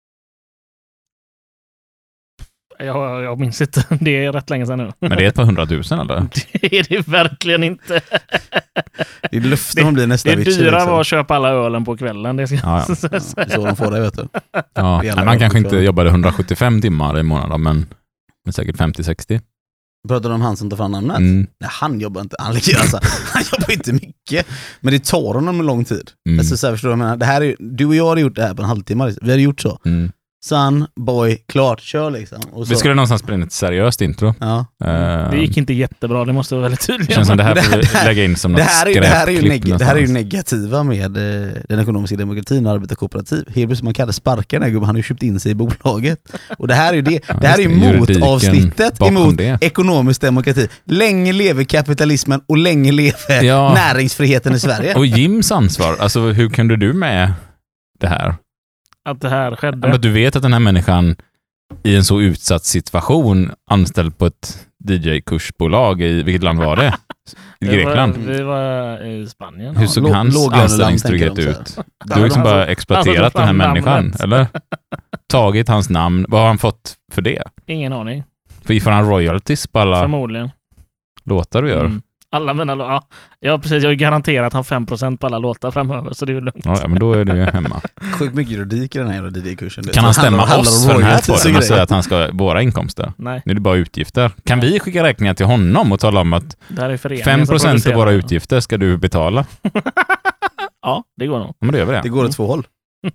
Jag, jag minns inte. Det är rätt länge sedan nu. Men det är ett par hundratusen eller? Det är det verkligen inte. Det är löfte man blir nästa vits. Det är dyrare liksom. Att köpa alla ölen på kvällen. Det ska ja, ja. ja, så de får det, vet du. Ja. Man kanske inte jobbade hundrasjuttiofem timmar i månaden, men, men säkert femtio sextio. Pratar du om han som tar fram namnet? Mm. Nej, han jobbar inte. Han, alltså, han jobbar inte mycket. Men det tar honom en lång tid. Mm. Alltså, så här, förstår du, jag menar, det här är, du och jag har gjort det här på en halvtimme. Vi har gjort så. Mm. Sun, boy, klart, kör liksom. Och så. Vi skulle någonstans spela in ett seriöst intro. Ja. Uh, det gick inte jättebra, det måste vara väldigt tydligt. Det känns som det här får vi lägga in som något det här, är, det, här är ju neg- det här är ju någonstans. negativa med eh, den ekonomiska demokratin och arbetarkooperativ. Helt plötsligt man kan sparka den här gubben, han har ju köpt in sig i bolaget. Och det här är ju det, ja, det här är ju motavsnittet emot det. ekonomisk demokrati. Länge lever kapitalismen och länge lever ja. näringsfriheten i Sverige. Och Jims ansvar, alltså hur kunde du med det här? Att det här skedde. Att du vet att den här människan i en så utsatt situation anställd på ett D J-kursbolag i, vilket land var det? I Grekland? Vi var i Spanien. Hur såg ja, hans anställningstrygghet ut? Du har liksom bara exploaterat den här människan, eller? Tagit hans namn. Vad har han fått för det? Ingen aning. För får han royalties på alla Förmodligen. låtar du gör? Mm. Alla mina låtar. Ja, ja, precis. Jag har garanterat han fem procent på alla låtar framöver, så det är ju lugnt. Ja, men då är det ju hemma. Sjukt mycket juridik i den här D J-kursen. Kan han stämma oss för den här podden och säga att han ska ha våra inkomster? Nej. Nu är det bara utgifter. Kan vi skicka räkningar till honom och tala om att fem procent av våra utgifter ska du betala? Ja, det går nog. Men det gör vi det. Det går åt två håll.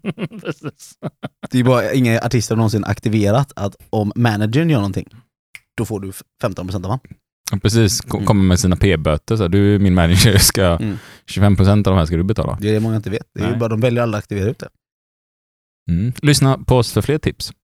Det är bara inga artister någonsin aktiverat att om managern gör någonting, då får du femton procent av han. Precis, kommer mm. med sina p-böter så du min manager ska mm. tjugofem procent av de här ska du betala. Det är det många inte vet. Det är bara de väljer alla att aktivera ut det. Mm. Lyssna på oss för fler tips.